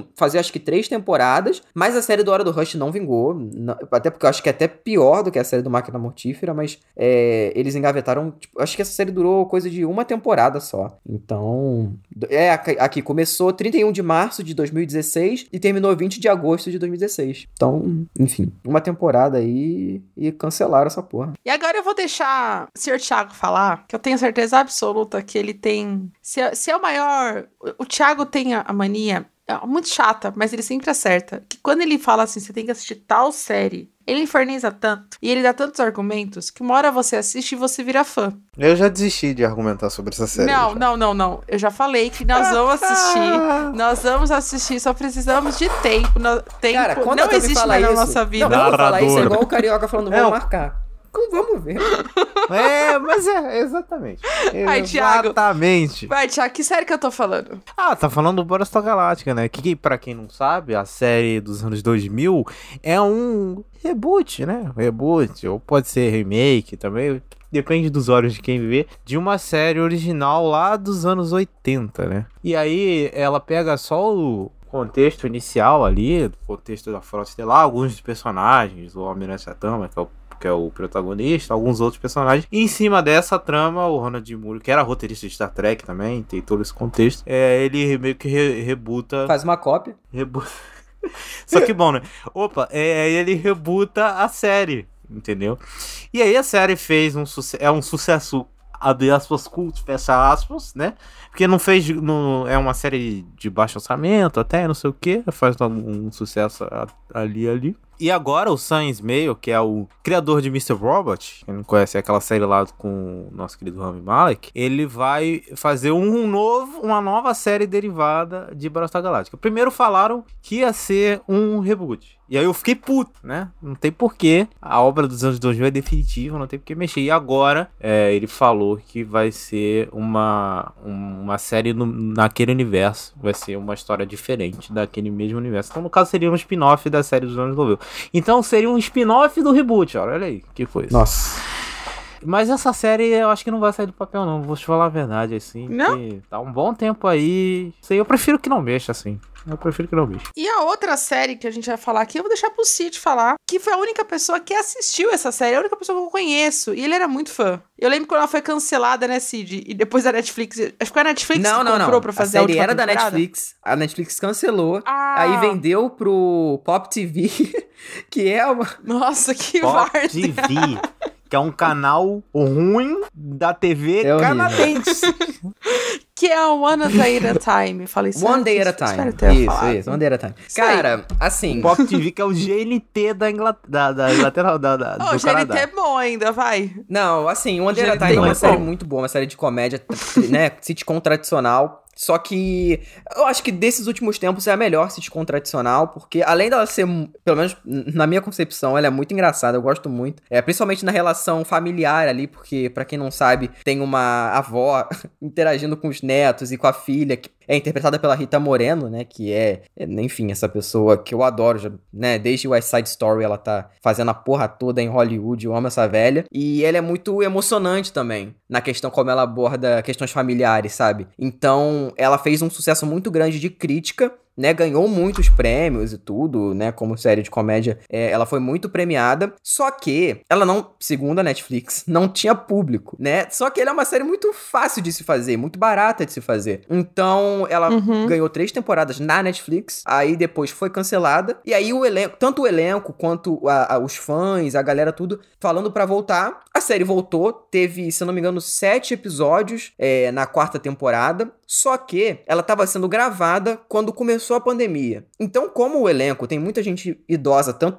S3: acho que 3 temporadas, mas a série do Hora do Rush não vingou, até porque eu acho que é até pior do que a série do Máquina Mortífera, mas eles engavetaram, tipo, acho que essa série durou coisa de 1 temporada só. Então, aqui começou 31 de março de 2016 e terminou 20 de agosto de 2016. Então, enfim, 1 temporada aí e cancelaram essa porra.
S1: E agora eu vou deixar o Sr. Thiago falar, que eu tenho certeza absoluta que ele tem... Se é o maior... O Thiago tem a mania... muito chata, mas ele sempre acerta. Que quando ele fala assim, você tem que assistir tal série, ele inferniza tanto e ele dá tantos argumentos que uma hora você assiste e você vira fã.
S8: Eu já desisti de argumentar sobre essa série.
S1: Não. Eu já falei que nós vamos assistir. Nós vamos assistir, só precisamos de tempo.
S3: Cara, quando
S1: não existe mais na nossa vida.
S3: Não, quando eu falar isso é igual o Carioca falando, vamos marcar. Vamos ver.
S2: Mas exatamente.
S1: Vai, Thiago.
S2: Exatamente.
S1: Vai, Thiago, que série que eu tô falando?
S2: Tá falando do Battlestar Galactica, né? Que pra quem não sabe, a série dos anos 2000 é um reboot, né? Reboot, ou pode ser remake também, depende dos olhos de quem vê, de uma série original lá dos anos 80, né? E aí ela pega só o contexto inicial ali, o contexto da Frota Estelar, alguns dos personagens, o Almirante Atama, que é o protagonista, alguns outros personagens. E em cima dessa trama, o Ronald Moore, que era roteirista de Star Trek também, tem todo esse contexto, ele meio que rebuta...
S3: Faz uma cópia.
S2: Só que bom, né? Ele rebuta a série, entendeu? E aí a série fez um sucesso, abre aspas, culto, fecha aspas, né? Porque é uma série de baixo orçamento até, não sei o que, faz um sucesso ali. E agora o Sam Esmail, que é o criador de Mr. Robot, quem não conhece aquela série lá com o nosso querido Rami Malek, ele vai fazer uma nova série derivada de Battlestar Galactica. Primeiro falaram que ia ser um reboot. E aí eu fiquei puto, né? Não tem porquê. A obra dos anos 2000 é definitiva, não tem porquê mexer. E agora ele falou que vai ser uma série naquele universo. Vai ser uma história diferente daquele mesmo universo. Então, no caso, seria um spin-off da série dos anos 90. Então, seria um spin-off do reboot. Olha aí, que coisa.
S8: Nossa.
S2: Mas essa série eu acho que não vai sair do papel, não. Vou te falar a verdade, assim.
S1: Não?
S2: Tá um bom tempo aí. Eu prefiro que não mexa, assim. E
S1: a outra série que a gente vai falar aqui, eu vou deixar pro Cid falar, que foi a única pessoa que assistiu essa série, a única pessoa que eu conheço, e ele era muito fã. Eu lembro quando ela foi cancelada, né, Cid? E depois a Netflix, acho que foi a Netflix que comprou pra fazer a última temporada.
S3: A série era da Netflix, a Netflix cancelou, aí vendeu pro Pop TV, que é uma...
S1: Nossa, que
S2: Pop
S1: várzea.
S2: TV, que é um canal ruim da TV canadense.
S1: Que é o One Day at a Time. Falei certo?
S3: One Day at a Time. Isso, One Day at a Time. Cara, assim...
S2: Pop TV, que é o GNT da Inglaterra, do
S1: o
S2: Canadá.
S1: GNT é bom ainda, vai.
S3: Não, assim, One Day at a Time é uma série muito boa, uma série de comédia, né, sitcom tradicional. Só que eu acho que desses últimos tempos é a melhor sitcom tradicional, porque além dela ser, pelo menos na minha concepção, ela é muito engraçada, eu gosto muito. Principalmente na relação familiar ali, porque pra quem não sabe, tem uma avó interagindo com os netos e com a filha, que é interpretada pela Rita Moreno, né, que enfim, essa pessoa que eu adoro, já, né, desde West Side Story ela tá fazendo a porra toda em Hollywood, eu amo essa velha, e ela é muito emocionante também, na questão como ela aborda questões familiares, sabe? Então, ela fez um sucesso muito grande de crítica, né, ganhou muitos prêmios e tudo, né, como série de comédia, ela foi muito premiada, só que ela não, segundo a Netflix, não tinha público, né, só que ela é uma série muito fácil de se fazer, muito barata de se fazer, então ela ganhou 3 temporadas na Netflix, aí depois foi cancelada, e aí tanto o elenco quanto os fãs, a galera tudo, falando pra voltar, a série voltou, teve, se eu não me engano, 7 episódios na 4ª temporada, só que ela tava sendo gravada quando começou a pandemia. Então, como o elenco tem muita gente idosa, tanto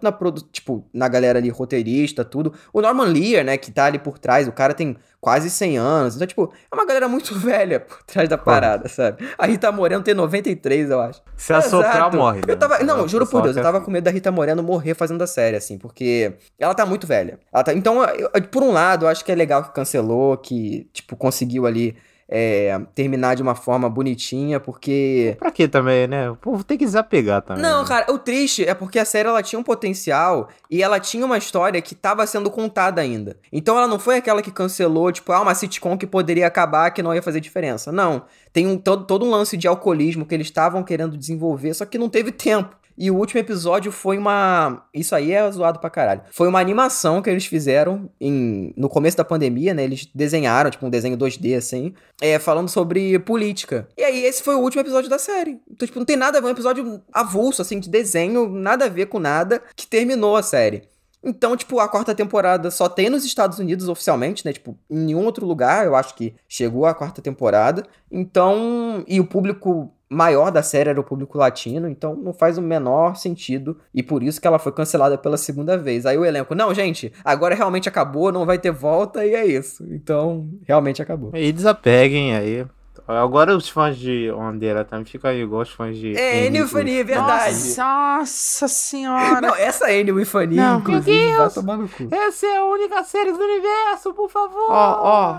S3: na galera ali, roteirista, tudo. O Norman Lear, né, que tá ali por trás, o cara tem quase 100 anos. Então, tipo, é uma galera muito velha por trás da parada, sabe? A Rita Moreno tem 93, eu acho.
S2: Se assoprar, morre. Né?
S3: Não, juro por Deus, eu tava com medo da Rita Moreno morrer fazendo a série, assim, porque ela tá muito velha. Então, por um lado, eu acho que é legal que cancelou, que, tipo, conseguiu ali terminar de uma forma bonitinha, porque...
S2: Pra quê também, né? O povo tem que desapegar também.
S3: Não,
S2: né?
S3: cara, o triste é porque a série, ela tinha um potencial e ela tinha uma história que tava sendo contada ainda. Então ela não foi aquela que cancelou, tipo, uma sitcom que poderia acabar, que não ia fazer diferença. Não, tem todo um lance de alcoolismo que eles estavam querendo desenvolver, só que não teve tempo. E o último episódio foi uma... Isso aí é zoado pra caralho. Foi uma animação que eles fizeram no começo da pandemia, né? Eles desenharam, tipo, um desenho 2D, assim, falando sobre política. E aí, esse foi o último episódio da série. Então, tipo, não tem nada a ver, um episódio avulso, assim, de desenho, nada a ver com nada, que terminou a série. Então, tipo, a 4ª temporada só tem nos Estados Unidos oficialmente, né? Tipo, em nenhum outro lugar, eu acho que chegou a 4ª temporada. Então, e o público maior da série era o público latino, então não faz o menor sentido, e por isso que ela foi cancelada pela 2ª vez. Aí o elenco, não, gente, agora realmente acabou, não vai ter volta, e é isso. Então, realmente acabou.
S2: E desapeguem aí. Agora os fãs de Wanderer também ficam aí, igual os fãs de...
S3: Ennio e Fanny, é verdade.
S1: Nossa senhora.
S3: Não, essa Ennio e Fanny, inclusive, vai tomar no cu.
S2: Essa é a única série do universo, por favor.
S1: Ó,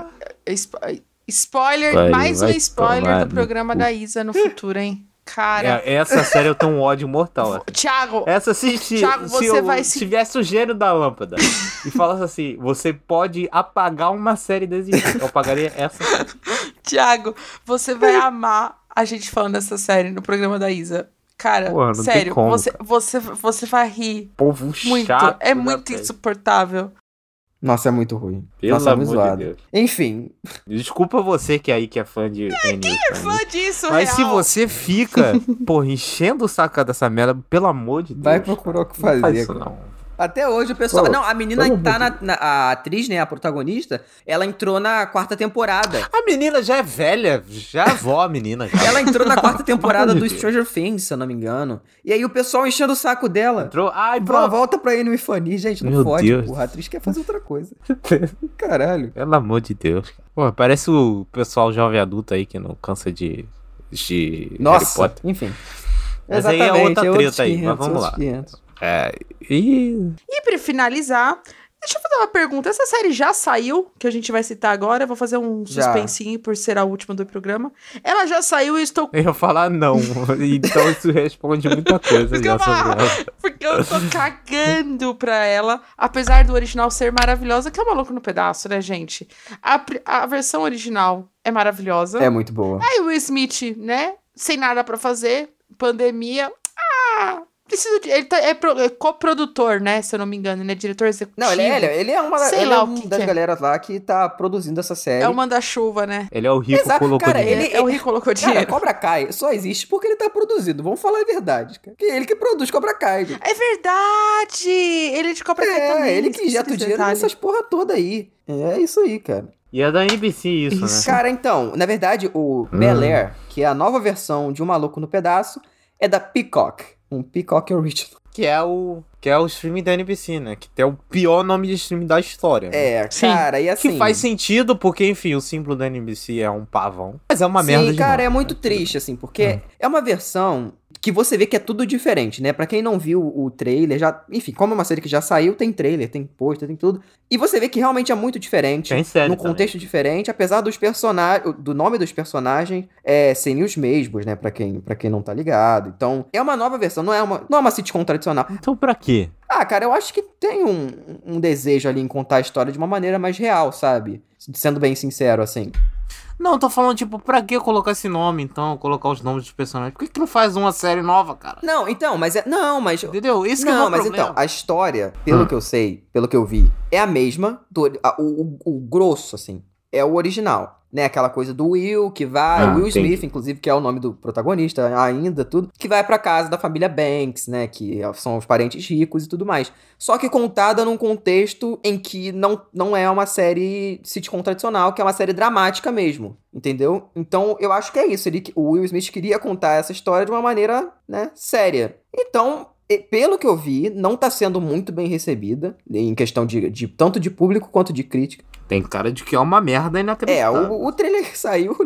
S1: spoiler, mais um spoiler do programa da Isa no futuro, hein? Cara.
S2: Essa série eu tenho um ódio mortal.
S1: Thiago,
S2: essa se tivesse o gênio da lâmpada e falasse assim, você pode apagar uma série desse jeito, eu apagaria essa série.
S1: Thiago, você vai amar a gente falando dessa série no programa da Isa. Cara,
S2: porra,
S1: sério,
S2: como,
S1: você vai rir.
S2: Povo
S1: muito,
S2: chato.
S1: É muito insuportável.
S3: Nossa, é muito ruim.
S2: Pelo
S3: Nossa, é muito
S2: amor
S3: zoado.
S2: de Deus.
S3: Enfim.
S2: Desculpa você que é fã de Ennio.
S1: Quem é fã disso,
S2: Mas
S1: real?
S2: se você fica, porra, enchendo o saco dessa merda, pelo amor de Deus.
S3: Vai procurar o que fazer.
S2: Não faz isso, não.
S3: Até hoje o pessoal... Não, a menina que tá a atriz, né, a protagonista, ela entrou na 4ª temporada.
S2: A menina já é velha, já é avó a menina. Já.
S3: Ela entrou na 4ª temporada do Stranger Things, se eu não me engano. E aí o pessoal enchendo o saco dela.
S2: Entrou, ai,
S3: bro. Volta pra Ennio e Fanny, gente, não
S2: Meu
S3: fode,
S2: Deus.
S3: porra. A atriz quer fazer outra coisa. Caralho.
S2: Pelo amor de Deus. Pô, parece o pessoal jovem adulto aí que não cansa de
S3: Nossa,
S2: Harry Potter.
S3: Enfim.
S2: Mas aí é outra treta aí, mas vamos lá.
S1: E pra finalizar, deixa eu fazer uma pergunta. Essa série já saiu, que a gente vai citar agora. Eu vou fazer um suspensinho por ser a última do programa. Ela já saiu e estou...
S2: Eu ia falar não. Então isso responde muita coisa já sobre ela.
S1: Porque eu tô cagando pra ela. Apesar do original ser maravilhosa, que é o Maluco no Pedaço, né, gente? A versão original é maravilhosa.
S3: É muito boa.
S1: Aí o Will Smith, né? Sem nada pra fazer. Pandemia. Ele é coprodutor, né? Se eu não me engano, ele é diretor executivo.
S3: Não, ele é uma das galeras lá que tá produzindo essa série.
S1: É o manda-chuva, né?
S2: Ele é o rico colocou dinheiro.
S1: O rico colocou dinheiro.
S3: Cara, Cobra Kai só existe porque ele tá produzindo. Vamos falar a verdade, cara. Que ele que produz Cobra Kai. Cara.
S1: É verdade! Ele é de Cobra Kai também.
S3: É, ele que injeta o dinheiro nessas porra toda aí. É isso aí, cara.
S2: E é da NBC isso, né?
S3: Cara, então, na verdade, o Bel-Air, que é a nova versão de Um Maluco no Pedaço, é da Peacock. Um Peacock Original.
S2: Que é o streaming da NBC, né? Que é o pior nome de streaming da história.
S3: Né? Cara, e assim...
S2: Que faz sentido, porque, enfim, o símbolo da NBC é um pavão. Mas é uma merda demais.
S3: Sim, cara, é muito triste, assim, porque é uma versão que você vê que é tudo diferente, né? Pra quem não viu o trailer, enfim, como é uma série que já saiu, tem trailer, tem pôster, tem tudo. E você vê que realmente é muito diferente.
S2: Tem série
S3: num contexto diferente, apesar dos personagens, do nome dos personagens serem os mesmos, né? Pra quem não tá ligado. Então, é uma nova versão, não é uma sitcom tradicional.
S2: Então pra quê?
S3: Cara, eu acho que tem um desejo ali em contar a história de uma maneira mais real, sabe? Sendo bem sincero, assim.
S2: Não, tô falando, tipo, pra que colocar esse nome, então? Colocar os nomes dos personagens? Por que não faz uma série nova, cara?
S3: Não, então, mas...
S2: Entendeu? Isso que é o problema.
S3: Então, a história, pelo que eu sei, pelo que eu vi, é a mesma, o grosso, assim, é o original. Né, aquela coisa do Will, que vai... Will Smith, inclusive, que é o nome do protagonista ainda, tudo. Que vai pra casa da família Banks, né? Que são os parentes ricos e tudo mais. Só que contada num contexto em que não é uma série sitcom tradicional, que é uma série dramática mesmo. Entendeu? Então, eu acho que é isso. O Will Smith queria contar essa história de uma maneira, né, séria. Então... Pelo que eu vi, não tá sendo muito bem recebida, em questão de tanto de público quanto de crítica.
S2: Tem cara de que é uma merda inacreditável.
S3: O trailer saiu, né?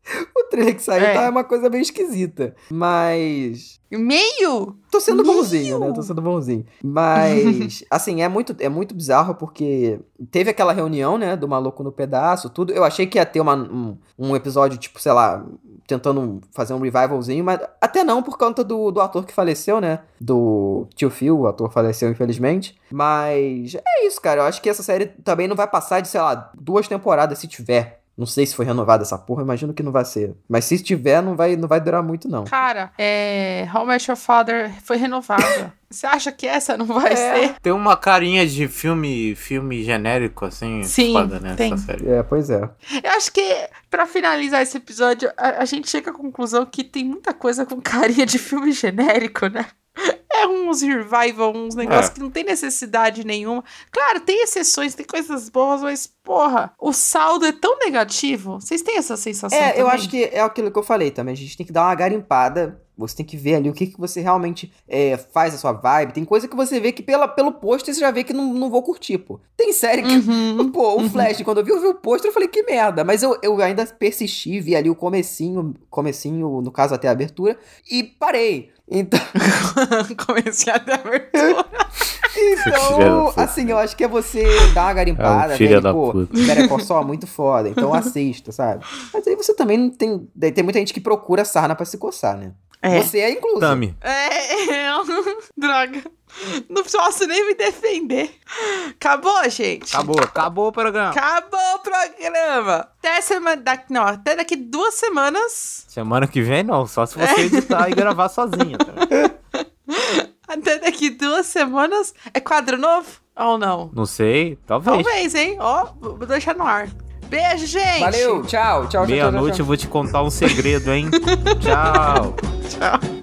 S3: O trailer que saiu tá uma coisa meio esquisita. Mas...
S1: Meio?
S3: Tô sendo bonzinho, né? Tô sendo bonzinho. Mas, assim, é muito bizarro porque teve aquela reunião, né? Do Maluco no Pedaço, tudo. Eu achei que ia ter um episódio, tipo, sei lá, tentando fazer um revivalzinho, mas até não por conta do ator que faleceu, né? Do Tio Phil, o ator faleceu, infelizmente. Mas é isso, cara. Eu acho que essa série também não vai passar de, sei lá, 2 temporadas, se tiver. Não sei se foi renovada essa porra, imagino que não vai ser. Mas se tiver, não vai durar muito, não.
S1: Cara, How I Met Your Father foi renovada. Você acha que essa não vai ser?
S2: Tem uma carinha de filme genérico, assim.
S1: Sim,
S2: foda, né,
S1: tem.
S2: essa série.
S3: Pois é.
S1: Eu acho que, pra finalizar esse episódio, a gente chega à conclusão que tem muita coisa com carinha de filme genérico, né? É uns revival, uns negócios que não tem necessidade nenhuma. Claro, tem exceções, tem coisas boas, mas, porra, o saldo é tão negativo. Vocês têm essa sensação também?
S3: Eu acho que é aquilo que eu falei também. A gente tem que dar uma garimpada. Você tem que ver ali o que você realmente faz a sua vibe. Tem coisa que você vê que pelo pôster você já vê que não vou curtir, pô. Tem série que... Pô, o Flash, quando eu vi o pôster, eu falei, que merda. Mas eu ainda persisti, vi ali o comecinho, no caso até a abertura, e parei. Então...
S1: Comecei até a abertura.
S3: Então, assim, eu acho que é você dar uma garimpada,
S2: filho da
S3: pô,
S2: puta.
S3: Better Call Saul é muito foda, então assista, sabe? Mas aí você também não tem... Daí tem muita gente que procura sarna pra se coçar, né? Você é incluso.
S2: Tami.
S1: Droga. Não posso nem me defender. Acabou, gente.
S2: Acabou o programa.
S1: Acabou o programa. Até daqui 2 semanas.
S2: Semana que vem não, só se você editar e gravar sozinha. Tá?
S1: Até daqui 2 semanas. É quadro novo ou não?
S2: Não sei, talvez.
S1: Talvez, hein? Ó, vou deixar no ar. Beijo, gente.
S3: Valeu, tchau.
S2: Meia-noite eu vou te contar um segredo, hein? Tchau.
S1: Tchau.